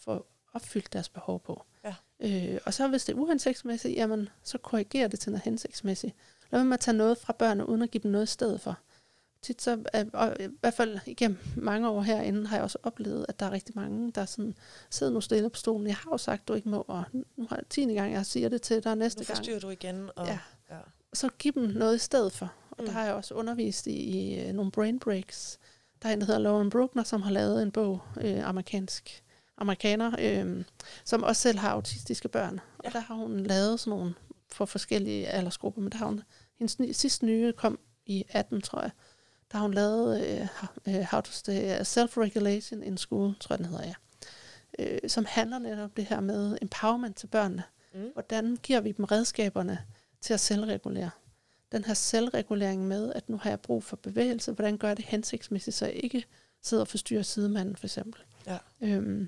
få opfyldt deres behov på. Ja. Øh, og så hvis det er uhensigtsmæssigt, jamen så korrigerer det til noget hensigtsmæssigt. Lad være med at tage noget fra børnene, uden at give dem noget i stedet for. Tit så, og i hvert fald igennem mange år herinde, har jeg også oplevet, at der er rigtig mange, der sådan, sidder nu stille på stolen. Jeg har jo sagt, du ikke må, og nu har jeg tiende gang, jeg siger det til dig næste gang. Nu forstyrrer gang. Du igen. Og, ja. Ja. Så giv dem noget i stedet for. Og mm. der har jeg også undervist i, i uh, nogle brain breaks. Der er en, der hedder Lauren Bruckner, som har lavet en bog, øh, amerikansk amerikaner, øh, som også selv har autistiske børn. Ja. Og der har hun lavet sådan nogle for forskellige aldersgrupper, men der har hun, hendes ny, sidste nye kom i atten, tror jeg. Der har hun lavet øh, How to Stay Self-Regulation in School, tror jeg den hedder, ja. Øh, som handler netop om det her med empowerment til børnene. Mm. Hvordan giver vi dem redskaberne til at selvregulere? Den her selvregulering med, at nu har jeg brug for bevægelse, hvordan gør jeg det hensigtsmæssigt, så jeg ikke sidder og forstyrrer sidemanden, for eksempel. Ja. Øhm.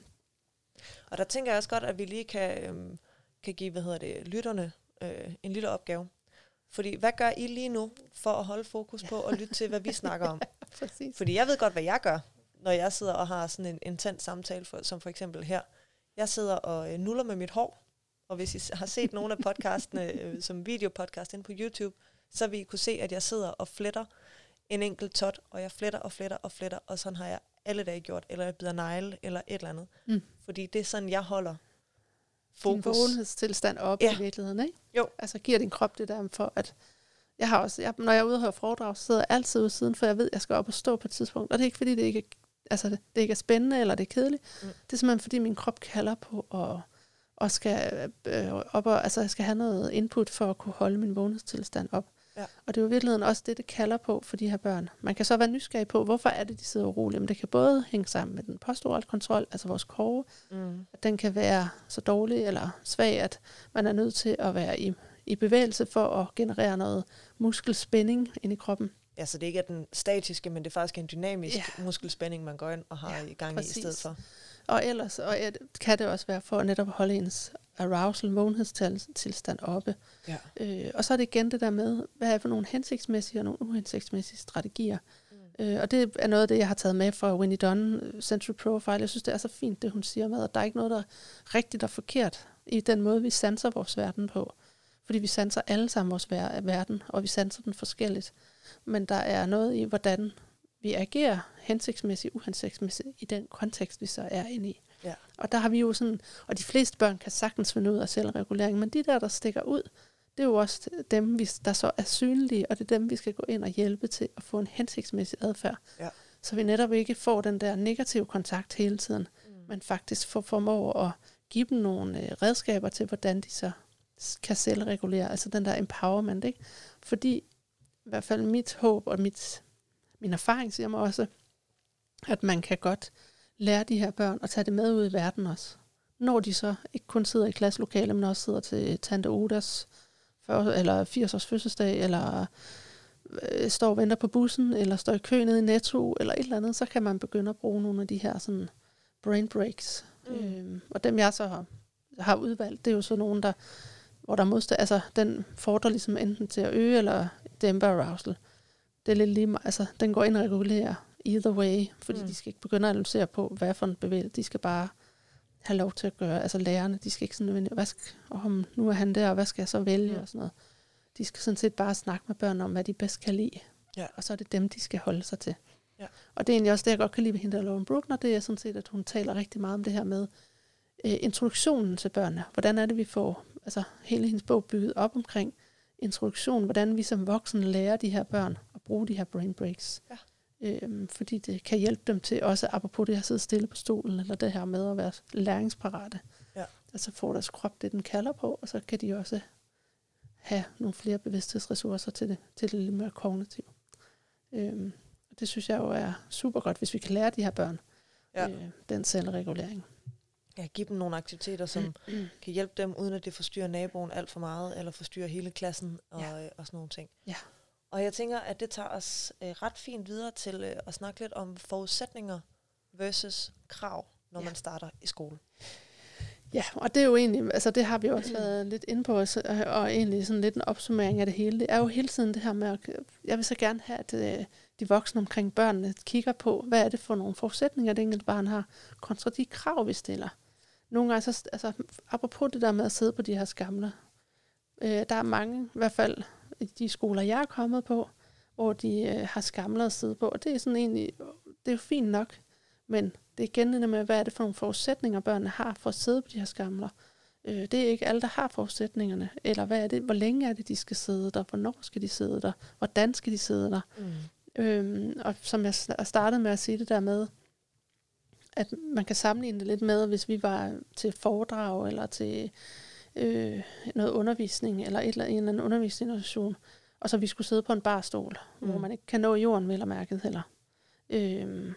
Og der tænker jeg også godt, at vi lige kan, øhm, kan give, hvad hedder det, lytterne øh, en lille opgave. Fordi hvad gør I lige nu for at holde fokus på at lytte til, hvad vi snakker om? Præcis. Fordi jeg ved godt, hvad jeg gør, når jeg sidder og har sådan en intens samtale, for, som for eksempel her. Jeg sidder og øh, nuller med mit hår, og hvis I har set nogle af podcastene øh, som videopodcast inde på YouTube, så vil I kunne se, at jeg sidder og fletter en enkelt tot, og jeg fletter og fletter og fletter, og sådan har jeg alle dage gjort, eller jeg bider negle, eller et eller andet. Mm. Fordi det er sådan, jeg holder fokus. Din vågenhedstilstand op ja. I virkeligheden, ikke? Jo. Altså giver din krop det der for, at jeg har også, jeg, når jeg er ude og høre foredrag, så sidder jeg altid ude siden, for jeg ved, at jeg skal op og stå på et tidspunkt. Og det er ikke, fordi det ikke er, altså, det, det ikke er spændende, eller det er kedeligt. Mm. Det er simpelthen, fordi min krop kalder på, og, og skal øh, op og, altså, jeg skal have noget input for at kunne holde min vågenhedstilstand op. Ja. Og det er jo i virkeligheden også det, det kalder på for de her børn. Man kan så være nysgerrig på, hvorfor er det, de sidder urolige. Men det kan både hænge sammen med den posturale kontrol, altså vores kåre, mm. at den kan være så dårlig eller svag, at man er nødt til at være i, i bevægelse for at generere noget muskelspænding ind i kroppen. Ja, så det ikke er den statiske, men det er faktisk en dynamisk ja. muskelspænding, man går ind og har ja, i gang præcis. I i stedet for. Og ellers og kan det også være for netop at holde ens arousal, vågenhedstilstand oppe. Ja. Øh, og så er det igen det der med, hvad er for nogle hensigtsmæssige og nogle uhensigtsmæssige strategier. Mm. Øh, og det er noget af det, jeg har taget med fra Winnie Dunn, Sensory Profile. Jeg synes, det er så fint, det hun siger med, at der er ikke noget, der er rigtigt og forkert i den måde, vi sanser vores verden på. Fordi vi sanser alle sammen vores ver- verden, og vi sanser den forskelligt. Men der er noget i, hvordan vi agerer hensigtsmæssigt, uhensigtsmæssigt i den kontekst, vi så er inde i. Ja. Og der har vi jo sådan, og de fleste børn kan sagtens finde ud af selvregulering, men de der, der stikker ud, det er jo også dem, der så er synlige, og det er dem, vi skal gå ind og hjælpe til at få en hensigtsmæssig adfærd. Ja. Så vi netop ikke får den der negative kontakt hele tiden, mm. men faktisk får formår at give dem nogle øh, redskaber til, hvordan de så kan selvregulere, altså den der empowerment, ikke? Fordi i hvert fald mit håb og mit, min erfaring siger mig også, at man kan godt lære de her børn at tage det med ud i verden også. Når de så ikke kun sidder i klasselokalet, men også sidder til Tante Odas fyrre, eller firs års fødselsdag, eller øh, står og venter på bussen, eller står i kø nede i Netto, eller et eller andet, så kan man begynde at bruge nogle af de her sådan brain breaks. Mm. Øhm, og dem jeg så har, har udvalgt, det er jo så nogen, der hvor der modstand, altså den fordrer ligesom enten til at øge eller dæmpe arousal. Det er lidt lige, altså den går ind og regulerer either way, fordi mm. de skal ikke begynde at analysere på, hvad for en bevægelse. De skal bare have lov til at gøre, altså lærerne, de skal ikke sådan nødvendigt, hvad skal, oh, nu er han der, og hvad skal jeg så vælge, mm. og sådan noget. De skal sådan set bare snakke med børn om, hvad de bedst kan lide, ja. Og så er det dem, de skal holde sig til. Ja. Og det er egentlig også det, jeg godt kan lide ved hende, Lauren Bruckner, det er sådan set, at hun taler rigtig meget om det her med øh, introduktionen til børnene. Hvordan er det, vi får altså hele hendes bog bygget op omkring introduktion, hvordan vi som voksne lærer de her børn at bruge de her brain breaks. Ja. Øhm, fordi det kan hjælpe dem til også, apropos det at sidde stille på stolen, eller det her med at være læringsparate. Ja. Altså får deres krop det, den kalder på, og så kan de også have nogle flere bevidsthedsressourcer til det, til det lidt mere kognitive. Øhm, og det synes jeg jo er super godt, hvis vi kan lære de her børn ja. øh, den selvregulering. Ja, give dem nogle aktiviteter, som mm. kan hjælpe dem, uden at det forstyrrer naboen alt for meget, eller forstyrrer hele klassen og, ja. og sådan nogle ting. Ja. Og jeg tænker, at det tager os øh, ret fint videre til øh, at snakke lidt om forudsætninger versus krav, når ja. man starter i skole. Ja, og det er jo egentlig, altså det har vi også været lidt inde på, og, og egentlig sådan lidt en opsummering af det hele. Det er jo hele tiden det her med, at jeg vil så gerne have, at øh, de voksne omkring børnene kigger på, hvad er det for nogle forudsætninger, det enkelte barn har, kontra de krav, vi stiller. nogle gange, så, altså apropos det der med at sidde på de her skamler, øh, der er mange, i hvert fald i de skoler, jeg er kommet på, hvor de øh, har skamler at sidde på, og det er sådan egentlig, det er jo fint nok, men det er igen det med, hvad er det for nogle forudsætninger, børnene har for at sidde på de her skamler. Øh, det er ikke alle, der har forudsætningerne, eller hvad er det, hvor længe er det, de skal sidde der, hvornår skal de sidde der, hvordan skal de sidde der. Mm. Øhm, og som jeg startede med at sige det der med, at man kan sammenligne det lidt med, hvis vi var til foredrag, eller til øh, noget undervisning, eller et eller andet, en eller anden undervisningssituation, og så vi skulle sidde på en barstol, mm. hvor man ikke kan nå jorden, vel og mærket heller. Øhm,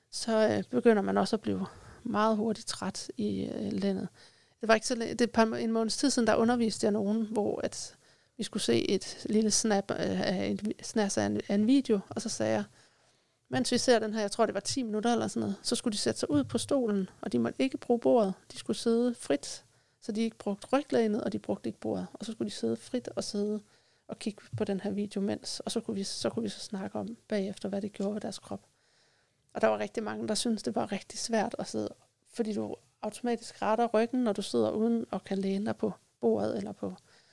så øh, begynder man også at blive meget hurtigt træt i øh, landet. Det var ikke så det er en måneds tid siden, der underviste jeg nogen, hvor at vi skulle se et lille snap af en, snas af en, af en video, og så sagde jeg, mens vi ser den her, jeg tror det var ti minutter eller sådan noget, så skulle de sætte sig ud på stolen, og de måtte ikke bruge bordet. De skulle sidde frit, så de ikke brugte ryglænet, og de brugte ikke bordet. Og så skulle de sidde frit og sidde og kigge på den her video mens, og så kunne vi så, kunne vi så snakke om bagefter, hvad det gjorde ved deres krop. Og der var rigtig mange, der syntes, det var rigtig svært at sidde, fordi du automatisk retter ryggen, når du sidder uden og kan læne dig på bordet eller på.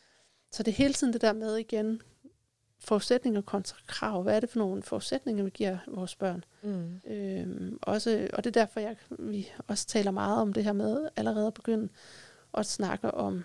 Så det er hele tiden det der med igen, forudsætninger kontra krav. Hvad er det for nogle forudsætninger, vi giver vores børn? Mm. Øhm, også, og det er derfor, jeg, vi også taler meget om det her med allerede at begynde at snakke om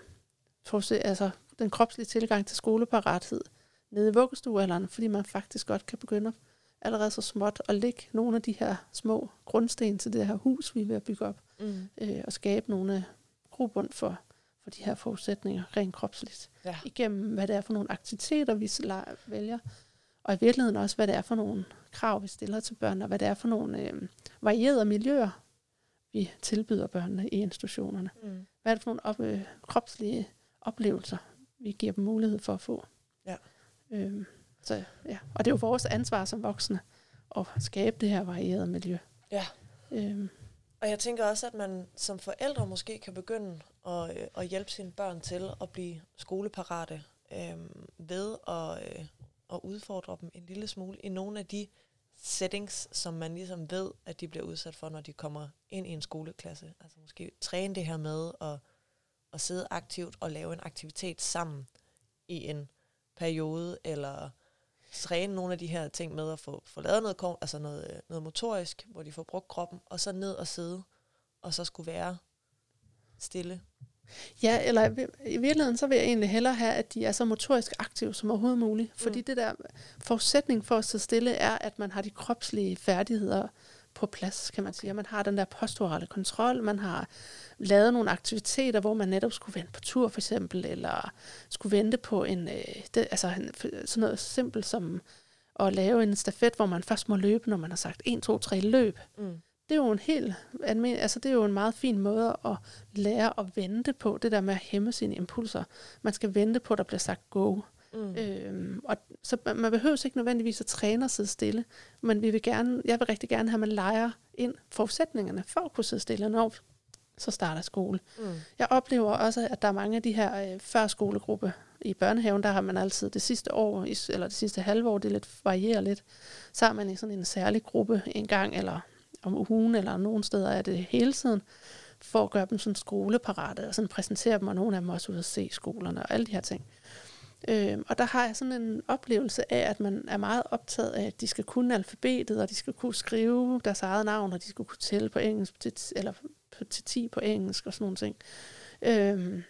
altså, den kropslige tilgang til skoleparathed nede i vuggestuealderen, fordi man faktisk godt kan begynde allerede så småt at lægge nogle af de her små grundsten til det her hus, vi er ved at bygge op, mm. øh, og skabe nogle grobund for, for de her forudsætninger rent kropsligt. Ja. Igennem, hvad det er for nogle aktiviteter, vi vælger, og i virkeligheden også, hvad det er for nogle krav, vi stiller til børnene, og hvad det er for nogle øh, varierede miljøer, vi tilbyder børnene i institutionerne. Mm. Hvad er det for nogle op, øh, kropslige oplevelser, vi giver dem mulighed for at få. Ja. Øhm, så, ja. Og det er jo vores ansvar som voksne at skabe det her varierede miljø. Ja. Øhm. Og jeg tænker også, at man som forældre måske kan begynde at, øh, at hjælpe sine børn til at blive skoleparate øh, ved at, øh, at udfordre dem en lille smule i nogle af de settings, som man ligesom ved, at de bliver udsat for, når de kommer ind i en skoleklasse. Altså måske træne det her med at, at sidde aktivt og lave en aktivitet sammen i en periode, eller træne nogle af de her ting med at få, få lavet noget, altså noget, noget motorisk, hvor de får brugt kroppen, og så ned og sidde, og så skulle være stille. Ja, eller i virkeligheden, så vil jeg egentlig hellere have, at de er så motorisk aktive som overhovedet muligt. Fordi mm. det der forudsætning for at sidde stille er, at man har de kropslige færdigheder på plads, kan man sige. Man har den der posturale kontrol, man har lavet nogle aktiviteter, hvor man netop skulle vente på tur for eksempel, eller skulle vente på en, øh, det, altså en, sådan noget simpelt som at lave en stafet, hvor man først må løbe, når man har sagt en, to, tre løb. Mm. Det er jo en helt almen, altså det er jo en meget fin måde at lære at vente på, det der med at hæmme sine impulser. Man skal vente på, at der bliver sagt go. Mm. Øhm, og så man behøver ikke nødvendigvis at træne og sidde stille, men vi vil gerne, jeg vil rigtig gerne have, at man leger ind forudsætningerne for at kunne sidde stille, når så starter skole. Mm. Jeg oplever også, at der er mange af de her øh, førskolegrupper i børnehaven, der har man altid det sidste år, eller det sidste halve år, det lidt varierer lidt, så har man i sådan en særlig gruppe en gang, eller om ugen, eller nogle steder er det hele tiden, for at gøre dem sådan skoleparate, og sådan præsentere dem, og nogle af dem også ud at se skolerne, og alle de her ting. Øhm, og der har jeg sådan en oplevelse af, at man er meget optaget af, at de skal kunne alfabetet, og de skal kunne skrive deres eget navn, og de skal kunne tælle på engelsk, til, eller til ti på engelsk, og sådan nogle ting. Øhm,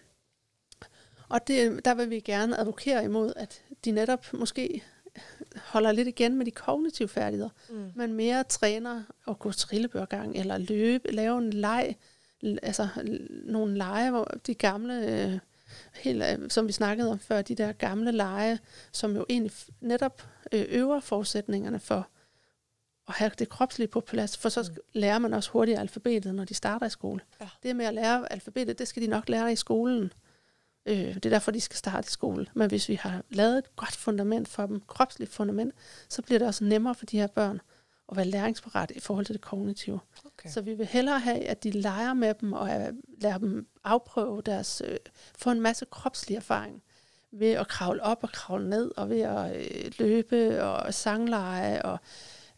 og det, der vil vi gerne advokere imod, at de netop måske holder lidt igen med de kognitive færdigheder, mm. men mere træner at gå trillebørgang, eller løbe, lave en leg, altså nogle lege, hvor de gamle, øh, helt, som vi snakkede om før, de der gamle lege, som jo egentlig netop øh, øver forudsætningerne for at have det kropslige på plads, for så mm. lærer man også hurtigt alfabetet, når de starter i skole. Ja. Det med at lære alfabetet, det skal de nok lære i skolen. Øh, det er derfor, de skal starte i skole. Men hvis vi har lavet et godt fundament for dem, kropsligt fundament, så bliver det også nemmere for de her børn at være læringsparate i forhold til det kognitive. Okay. Så vi vil hellere have, at de leger med dem og lader dem afprøve deres, øh, få en masse kropslig erfaring ved at kravle op og kravle ned, og ved at øh, løbe og sanglege og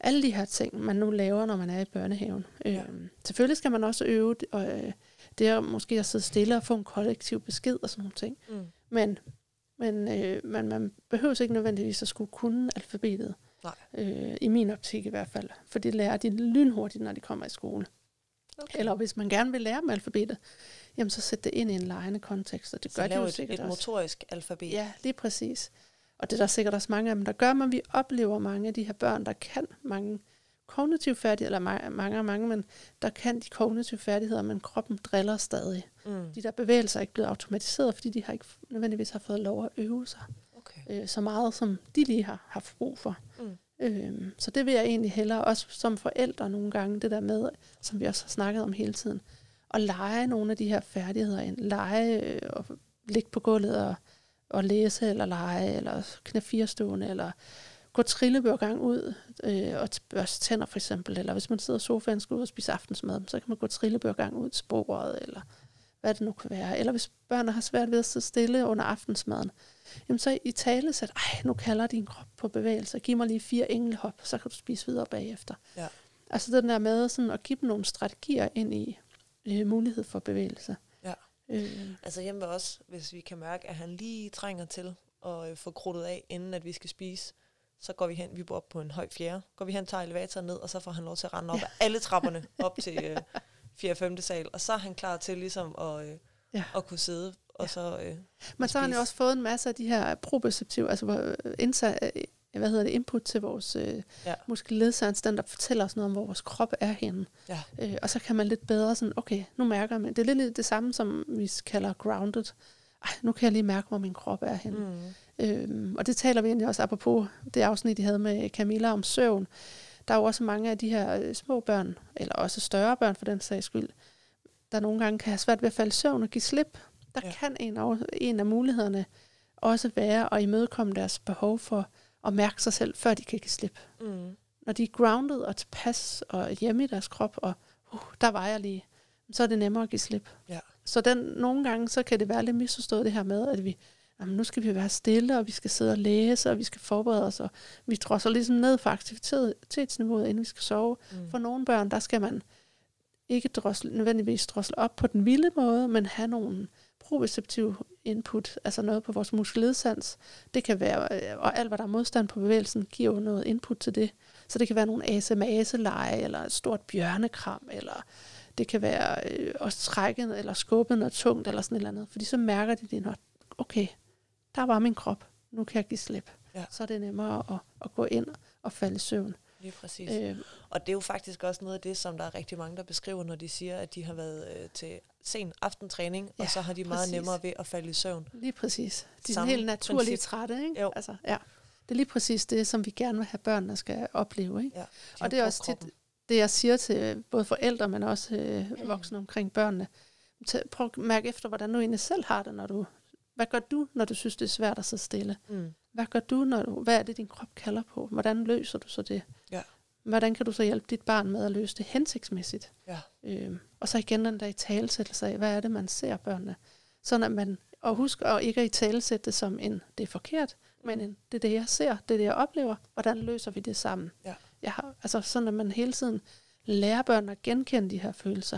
Alle de her ting, man nu laver, når man er i børnehaven. Ja. Øhm, selvfølgelig skal man også øve og, øh, det er måske at sidde stille og få en kollektiv besked og sådan nogle ting. Mm. Men, men øh, man, man behøver ikke nødvendigvis at skulle kunne alfabetet. Nej. Øh, I min optik i hvert fald. For det lærer de lynhurtigt, når de kommer i skole. Okay. Eller hvis man gerne vil lære dem alfabetet, jamen så sæt det ind i en legende kontekst. Og det så gør de jo et, sikkert et motorisk alfabet. Ja, lige præcis. Og det er der sikkert også mange af dem, der gør, men vi oplever mange af de her børn, der kan mange kognitive færdigheder, eller ma- mange og mange, men der kan de kognitive færdigheder, men kroppen driller stadig. Mm. De der bevægelser er ikke blevet automatiseret, fordi de har ikke nødvendigvis har fået lov at øve sig okay. øh, så meget, som de lige har haft brug for. Mm. Øh, så det vil jeg egentlig hellere, også som forældre nogle gange, det der med, som vi også har snakket om hele tiden, at lege nogle af de her færdigheder ind. Lege øh, og ligge på gulvet og, og læse, eller lege, eller knæ firestående, eller gå trillebørgang ud øh, og børste tænder for eksempel, eller hvis man sidder i sofaen og skal ud og spise aftensmad, så kan man gå trillebørgang ud til bordet, eller hvad det nu kan være. Eller hvis børn har svært ved at sidde stille under aftensmaden, jamen så i tale sæt, ej, nu kalder din krop på bevægelse, giv mig lige fire englehop, så kan du spise videre bagefter. Ja. Altså den der med sådan at give dem nogle strategier ind i øh, mulighed for bevægelse. Ja. Øh. Altså hjemme også, hvis vi kan mærke, at han lige trænger til at øh, få krudtet af, inden at vi skal spise, så går vi hen, vi bor op på en høj fjerde, går vi hen, tager elevatoren ned, og så får han lov til at rende op ja. af alle trapperne op til øh, fjerde femte sal, og så er han klar til ligesom at, øh, ja. at kunne sidde, og ja. så øh, Men så har han jo også fået en masse af de her proprioceptive, altså indsat, hvad hedder det, input til vores øh, ja. muskelledsagens, den der fortæller os noget om, hvor vores krop er henne. Ja. Øh, og så kan man lidt bedre sådan, okay, nu mærker man, det er lidt det samme, som vi kalder grounded. Ej, nu kan jeg lige mærke, hvor min krop er henne. Mm. Øhm, og det taler vi egentlig også apropos det afsnit, de havde med Camilla om søvn. Der er jo også mange af de her øh, små børn, eller også større børn for den sags skyld, der nogle gange kan have svært ved at falde i søvn og give slip. Der ja. kan en af, en af mulighederne også være at imødekomme deres behov for at mærke sig selv, før de kan give slip. Mm. Når de er grounded og tilpas og hjemme i deres krop, og uh, der var jeg lige, så er det nemmere at give slip. Ja. Så den, nogle gange så kan det være lidt misforstået det her med, at vi jamen, nu skal vi være stille, og vi skal sidde og læse, og vi skal forberede os, og vi drosser ligesom ned for aktivitetsniveauet, inden vi skal sove. Mm. For nogle børn, der skal man ikke drosle, nødvendigvis drosle op på den vilde måde, men have nogle proprioceptive input, altså noget på vores muskelledsans. Det kan være, og alt hvad der er modstand på bevægelsen, giver jo noget input til det. Så det kan være nogle ase-mase-lege, eller et stort bjørnekram, eller det kan være øh, at trække eller skubbe noget tungt, eller sådan et eller andet. Fordi så mærker de det, når okay, der var min krop, nu kan jeg give slip. Ja. Så er det nemmere at, at gå ind og falde i søvn. Lige præcis. Øh, og det er jo faktisk også noget af det, som der er rigtig mange, der beskriver, når de siger, at de har været øh, til sen aftentræning, ja, og så har de meget præcis. nemmere ved at falde i søvn. Lige præcis. De er helt naturligt trætte, ikke? Jo. Altså, ja. Det er lige præcis det, som vi gerne vil have børnene skal opleve, ikke? Ja, og det er også tit, det, jeg siger til både forældre, men også øh, voksne omkring børnene. Prøv at mærke efter, hvordan du egentlig selv har det, når du hvad gør du, når du synes, det er svært at sidde stille? Mm. Hvad gør du, når du, hvad er det, din krop kalder på? Hvordan løser du så det? Ja. Hvordan kan du så hjælpe dit barn med at løse det hensigtsmæssigt? Ja. Øhm, og så igen den der i talesættelse af, hvad er det, man ser børnene? Sådan at man, og husk at ikke at i talesætte det som en, det er forkert, mm. men en, det er det, jeg ser, det er det, jeg oplever. Hvordan løser vi det sammen? Ja. Jeg har, altså sådan, at man hele tiden lærer børn at genkende de her følelser.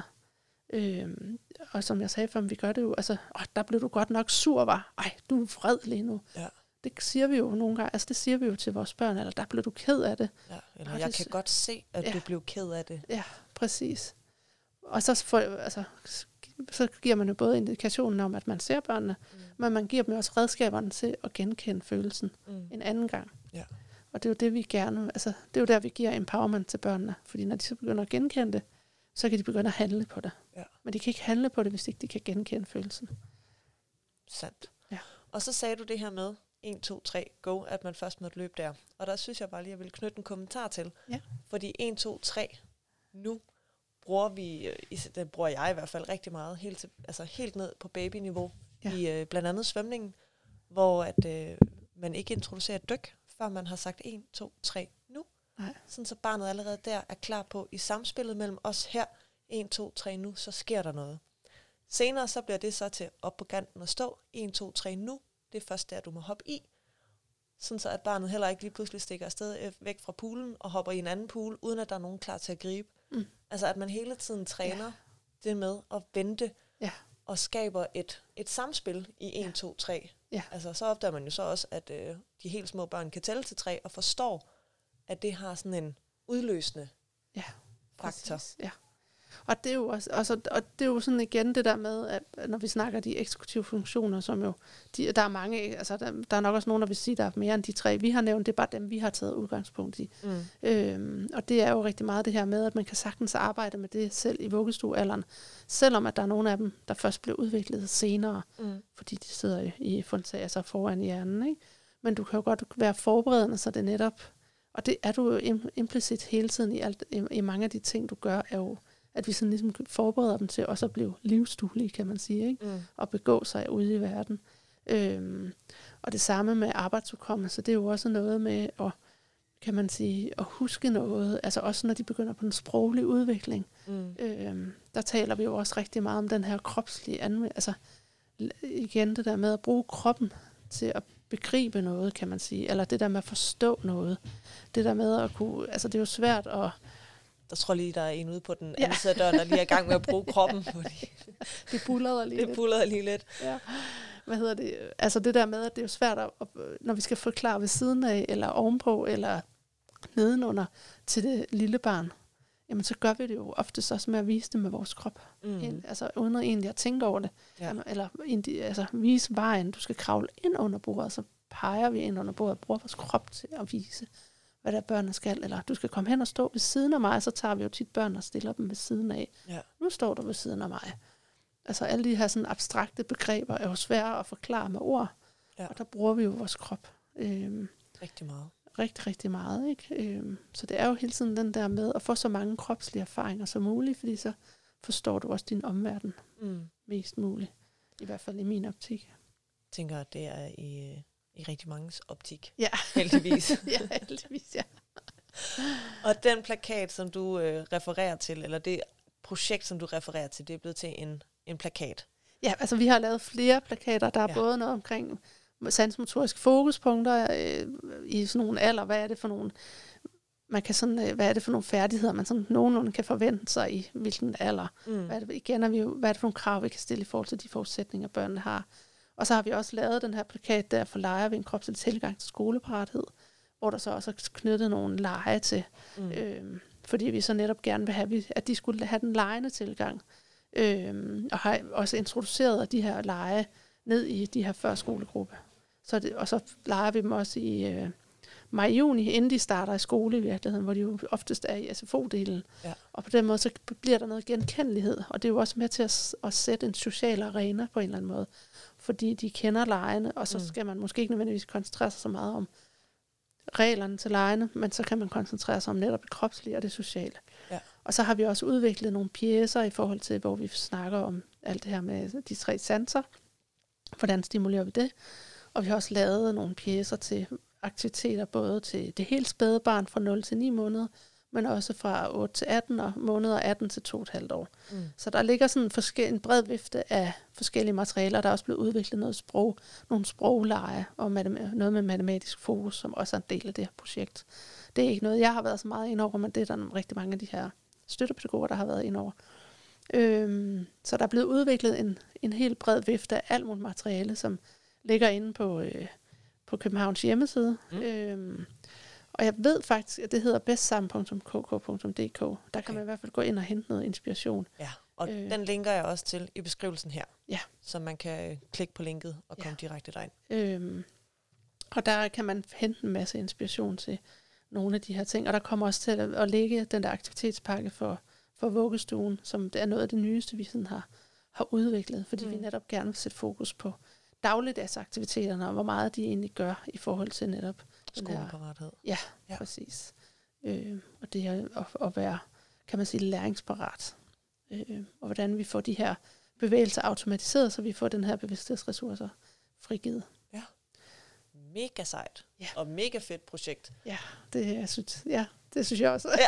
Øhm, og som jeg sagde før, vi gør det jo, altså, åh, der blev du godt nok sur, var. Ej, du er vred lige nu. Ja. Det siger vi jo nogle gange, altså det siger vi jo til vores børn, eller der blev du ked af det. Ja, eller og jeg det, kan godt se, at ja, du blev ked af det. Ja, præcis. Og så, for, altså, så giver man jo både indikationen om, at man ser børnene, mm. men man giver dem også redskaberne til at genkende følelsen mm. en anden gang. Ja. Og det er jo det, vi gerne, altså det er jo der, vi giver empowerment til børnene, fordi når de så begynder at genkende det, så kan de begynde at handle på det. Ja. Men de kan ikke handle på det, hvis ikke de kan genkende følelsen. Sandt. Ja. Og så sagde du det her med en, to, tre, go, at man først måtte løbe der. Og der synes jeg bare lige, at jeg vil knytte en kommentar til. Ja. Fordi en, to, tre, nu bruger vi, det bruger jeg i hvert fald rigtig meget, helt, til, altså helt ned på babyniveau, ja. i øh, blandt andet svømningen, hvor at, øh, man ikke introducerer dyk, før man har sagt en, to, tre, nu. Nej. Sådan så barnet allerede der er klar på, i samspillet mellem os her, en, to, tre, nu, så sker der noget. Senere så bliver det så til op på kanten og stå, en, to, tre, nu, det er først der, du må hoppe i. sådan så at barnet heller ikke lige pludselig stikker afsted væk fra poolen og hopper i en anden pool, uden at der er nogen klar til at gribe. Mm. Altså at man hele tiden træner ja. det med at vente ja. og skaber et, et samspil i en, to, tre. Ja. Altså så opdager man jo så også, at øh, de helt små børn kan tælle til tre og forstår, at det har sådan en udløsende ja, faktor. Præcis, ja. Og det er jo også, altså, og det er jo sådan igen det der med, at når vi snakker de eksekutive funktioner, som jo, de, der er mange, altså der, der er nok også nogen, der vil sige, der er mere end de tre, vi har nævnt, det er bare dem, vi har taget udgangspunkt i. Mm. Øhm, og det er jo rigtig meget det her med, at man kan sagtens arbejde med det selv i vuggestuealderen, selvom at der er nogle af dem, der først bliver udviklet senere, mm. fordi de sidder i, i altså foran i hjernen, ikke? Men du kan jo godt være forberedende, så det er netop, og det er du jo im- implicit hele tiden i, alt, i, i mange af de ting, du gør, er jo at vi sådan ligesom forbereder dem til også at blive livsduelige, kan man sige, ikke? Mm. Og begå sig ude i verden. Øhm, og det samme med arbejdsudkommelse, det er jo også noget med at, kan man sige, at huske noget, altså også når de begynder på den sproglige udvikling. Mm. Øhm, der taler vi jo også rigtig meget om den her kropslige anvendelse, altså igen det der med at bruge kroppen til at begribe noget, kan man sige, eller det der med at forstå noget. Det der med at kunne, altså det er jo svært at der tror lige, der er en ude på den anden ja. side af døren, der lige er i gang med at bruge kroppen. Fordi det bullerede lige det lidt. bullerede lige lidt. Ja. Hvad hedder det? Altså det der med, at det er jo svært, at, når vi skal forklare ved siden af, eller ovenpå, eller nedenunder til det lille barn, jamen så gør vi det jo oftest også med at vise det med vores krop. Mm. En, altså uden at egentlig at tænke over det. Ja. Eller altså, vise vejen, du skal kravle ind under bordet, så peger vi ind under bordet og bruger vores krop til at vise, hvad der børnene skal, eller du skal komme hen og stå ved siden af mig, så tager vi jo tit børn og stiller dem ved siden af. Ja. Nu står du ved siden af mig. Altså alle de her sådan abstrakte begreber er jo svære at forklare med ord, ja. Og der bruger vi jo vores krop. Øhm, rigtig meget. Rigtig, rigtig meget, ikke? Øhm, så det er jo hele tiden den der med at få så mange kropslige erfaringer som muligt, fordi så forstår du også din omverden mm. mest muligt. I hvert fald i min optik. Jeg tænker, at det er i... i rigtig manges optik. Ja. Heldigvis. ja, heldigvis, ja. Og den plakat, som du øh, refererer til, eller det projekt, som du refererer til, det er blevet til en, en plakat. Ja, altså vi har lavet flere plakater. Der er ja. både noget omkring sansmotoriske fokuspunkter øh, i sådan nogle alder. Hvad er det for nogle, man kan sådan, øh, hvad er det for nogle færdigheder, man sådan nogenlunde kan forvente sig i hvilken alder. Mm. Hvad er det, igen er vi jo, hvad er det for nogle krav, vi kan stille i forhold til de forudsætninger, børnene har. Og så har vi også lavet den her plakat, der for leger ved en kropslig tilgang til skoleparathed, hvor der så også er knyttet nogle lege til. Mm. Øhm, fordi vi så netop gerne vil have, at de skulle have den legende tilgang. Øhm, og har også introduceret de her lege ned i de her førskolegruppe. Så det, og så leger vi dem også i øh, maj-juni, inden de starter i skole i virkeligheden, hvor de jo oftest er i S F O-delen. Ja. Og på den måde, så bliver der noget genkendelighed. Og det er jo også med til at, at sætte en social arena på en eller anden måde. Fordi de kender legene, og så skal man måske ikke nødvendigvis koncentrere sig så meget om reglerne til legene, men så kan man koncentrere sig om netop det kropslige og det sociale. Ja. Og så har vi også udviklet nogle pjecer i forhold til, hvor vi snakker om alt det her med de tre sanser. Hvordan stimulerer vi det? Og vi har også lavet nogle pjecer til aktiviteter, både til det helt spæde barn fra nul til ni måneder, men også fra otte til atten og måneder atten til to komma fem år. Mm. Så der ligger sådan en, en bred vifte af forskellige materialer. Der er også blevet udviklet noget sprog, nogle sprogleje og matem- noget med matematisk fokus, som også er en del af det her projekt. Det er ikke noget, jeg har været så meget ind over, men det er der rigtig mange af de her støttepædagoger, der har været ind over. Øhm, så der er blevet udviklet en, en helt bred vifte af alt muligt materiale, som ligger inde på, øh, på Københavns hjemmeside. Mm. Øhm, Og jeg ved faktisk, at det hedder bedstsammen punktum k k punktum d k. Der okay. kan man i hvert fald gå ind og hente noget inspiration. Ja, og øh. den linker jeg også til i beskrivelsen her. Ja. Så man kan øh, klikke på linket og komme ja. direkte derind. Øhm, og der kan man hente en masse inspiration til nogle af de her ting. Og der kommer også til at, at ligge den der aktivitetspakke for, for vuggestuen, som det er noget af det nyeste, vi sådan har, har udviklet. Fordi mm. vi netop gerne vil sætte fokus på dagligdagsaktiviteterne, og hvor meget de egentlig gør i forhold til netop skoleparathed. Ja, ja, præcis. Øh, og det er at, at være, kan man sige, læringsparat. Øh, og hvordan vi får de her bevægelser automatiseret, så vi får den her bevidsthedsressourcer frigivet. Ja. Mega sejt. Ja. Og mega fedt projekt. Ja, det, jeg synes, ja, det synes jeg også. Ja.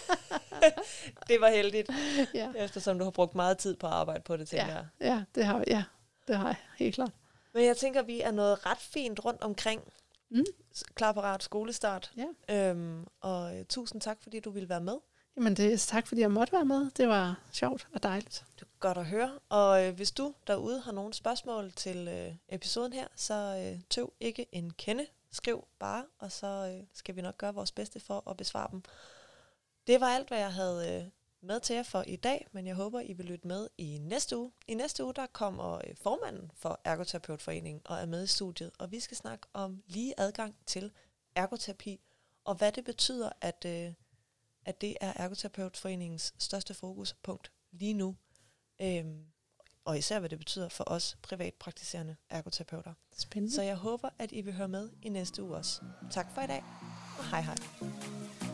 Det var heldigt. Ja. Eftersom du har brugt meget tid på at arbejde på det, tænker ja. jeg. Ja, det har, ja, det har jeg helt klart. Men jeg tænker, vi er nået ret fint rundt omkring Mm. Klar, parat, skolestart. Ja. Øhm, og øh, tusind tak, fordi du ville være med. Jamen, det er tak, fordi jeg måtte være med. Det var sjovt og dejligt. Det er godt at høre. Og øh, hvis du derude har nogle spørgsmål til øh, episoden her, så øh, tøv ikke en kende. Skriv bare, og så øh, skal vi nok gøre vores bedste for at besvare dem. Det var alt, hvad jeg havde øh, med til jer for i dag, men jeg håber, I vil lytte med i næste uge. I næste uge, der kommer øh, formanden for Ergoterapeutforeningen og er med i studiet, og vi skal snakke om lige adgang til ergoterapi, og hvad det betyder, at, øh, at det er Ergoterapeutforeningens største fokuspunkt lige nu. Øhm, og især, hvad det betyder for os privatpraktiserende ergoterapeuter. Spændende. Så jeg håber, at I vil høre med i næste uge også. Tak for i dag, og hej hej.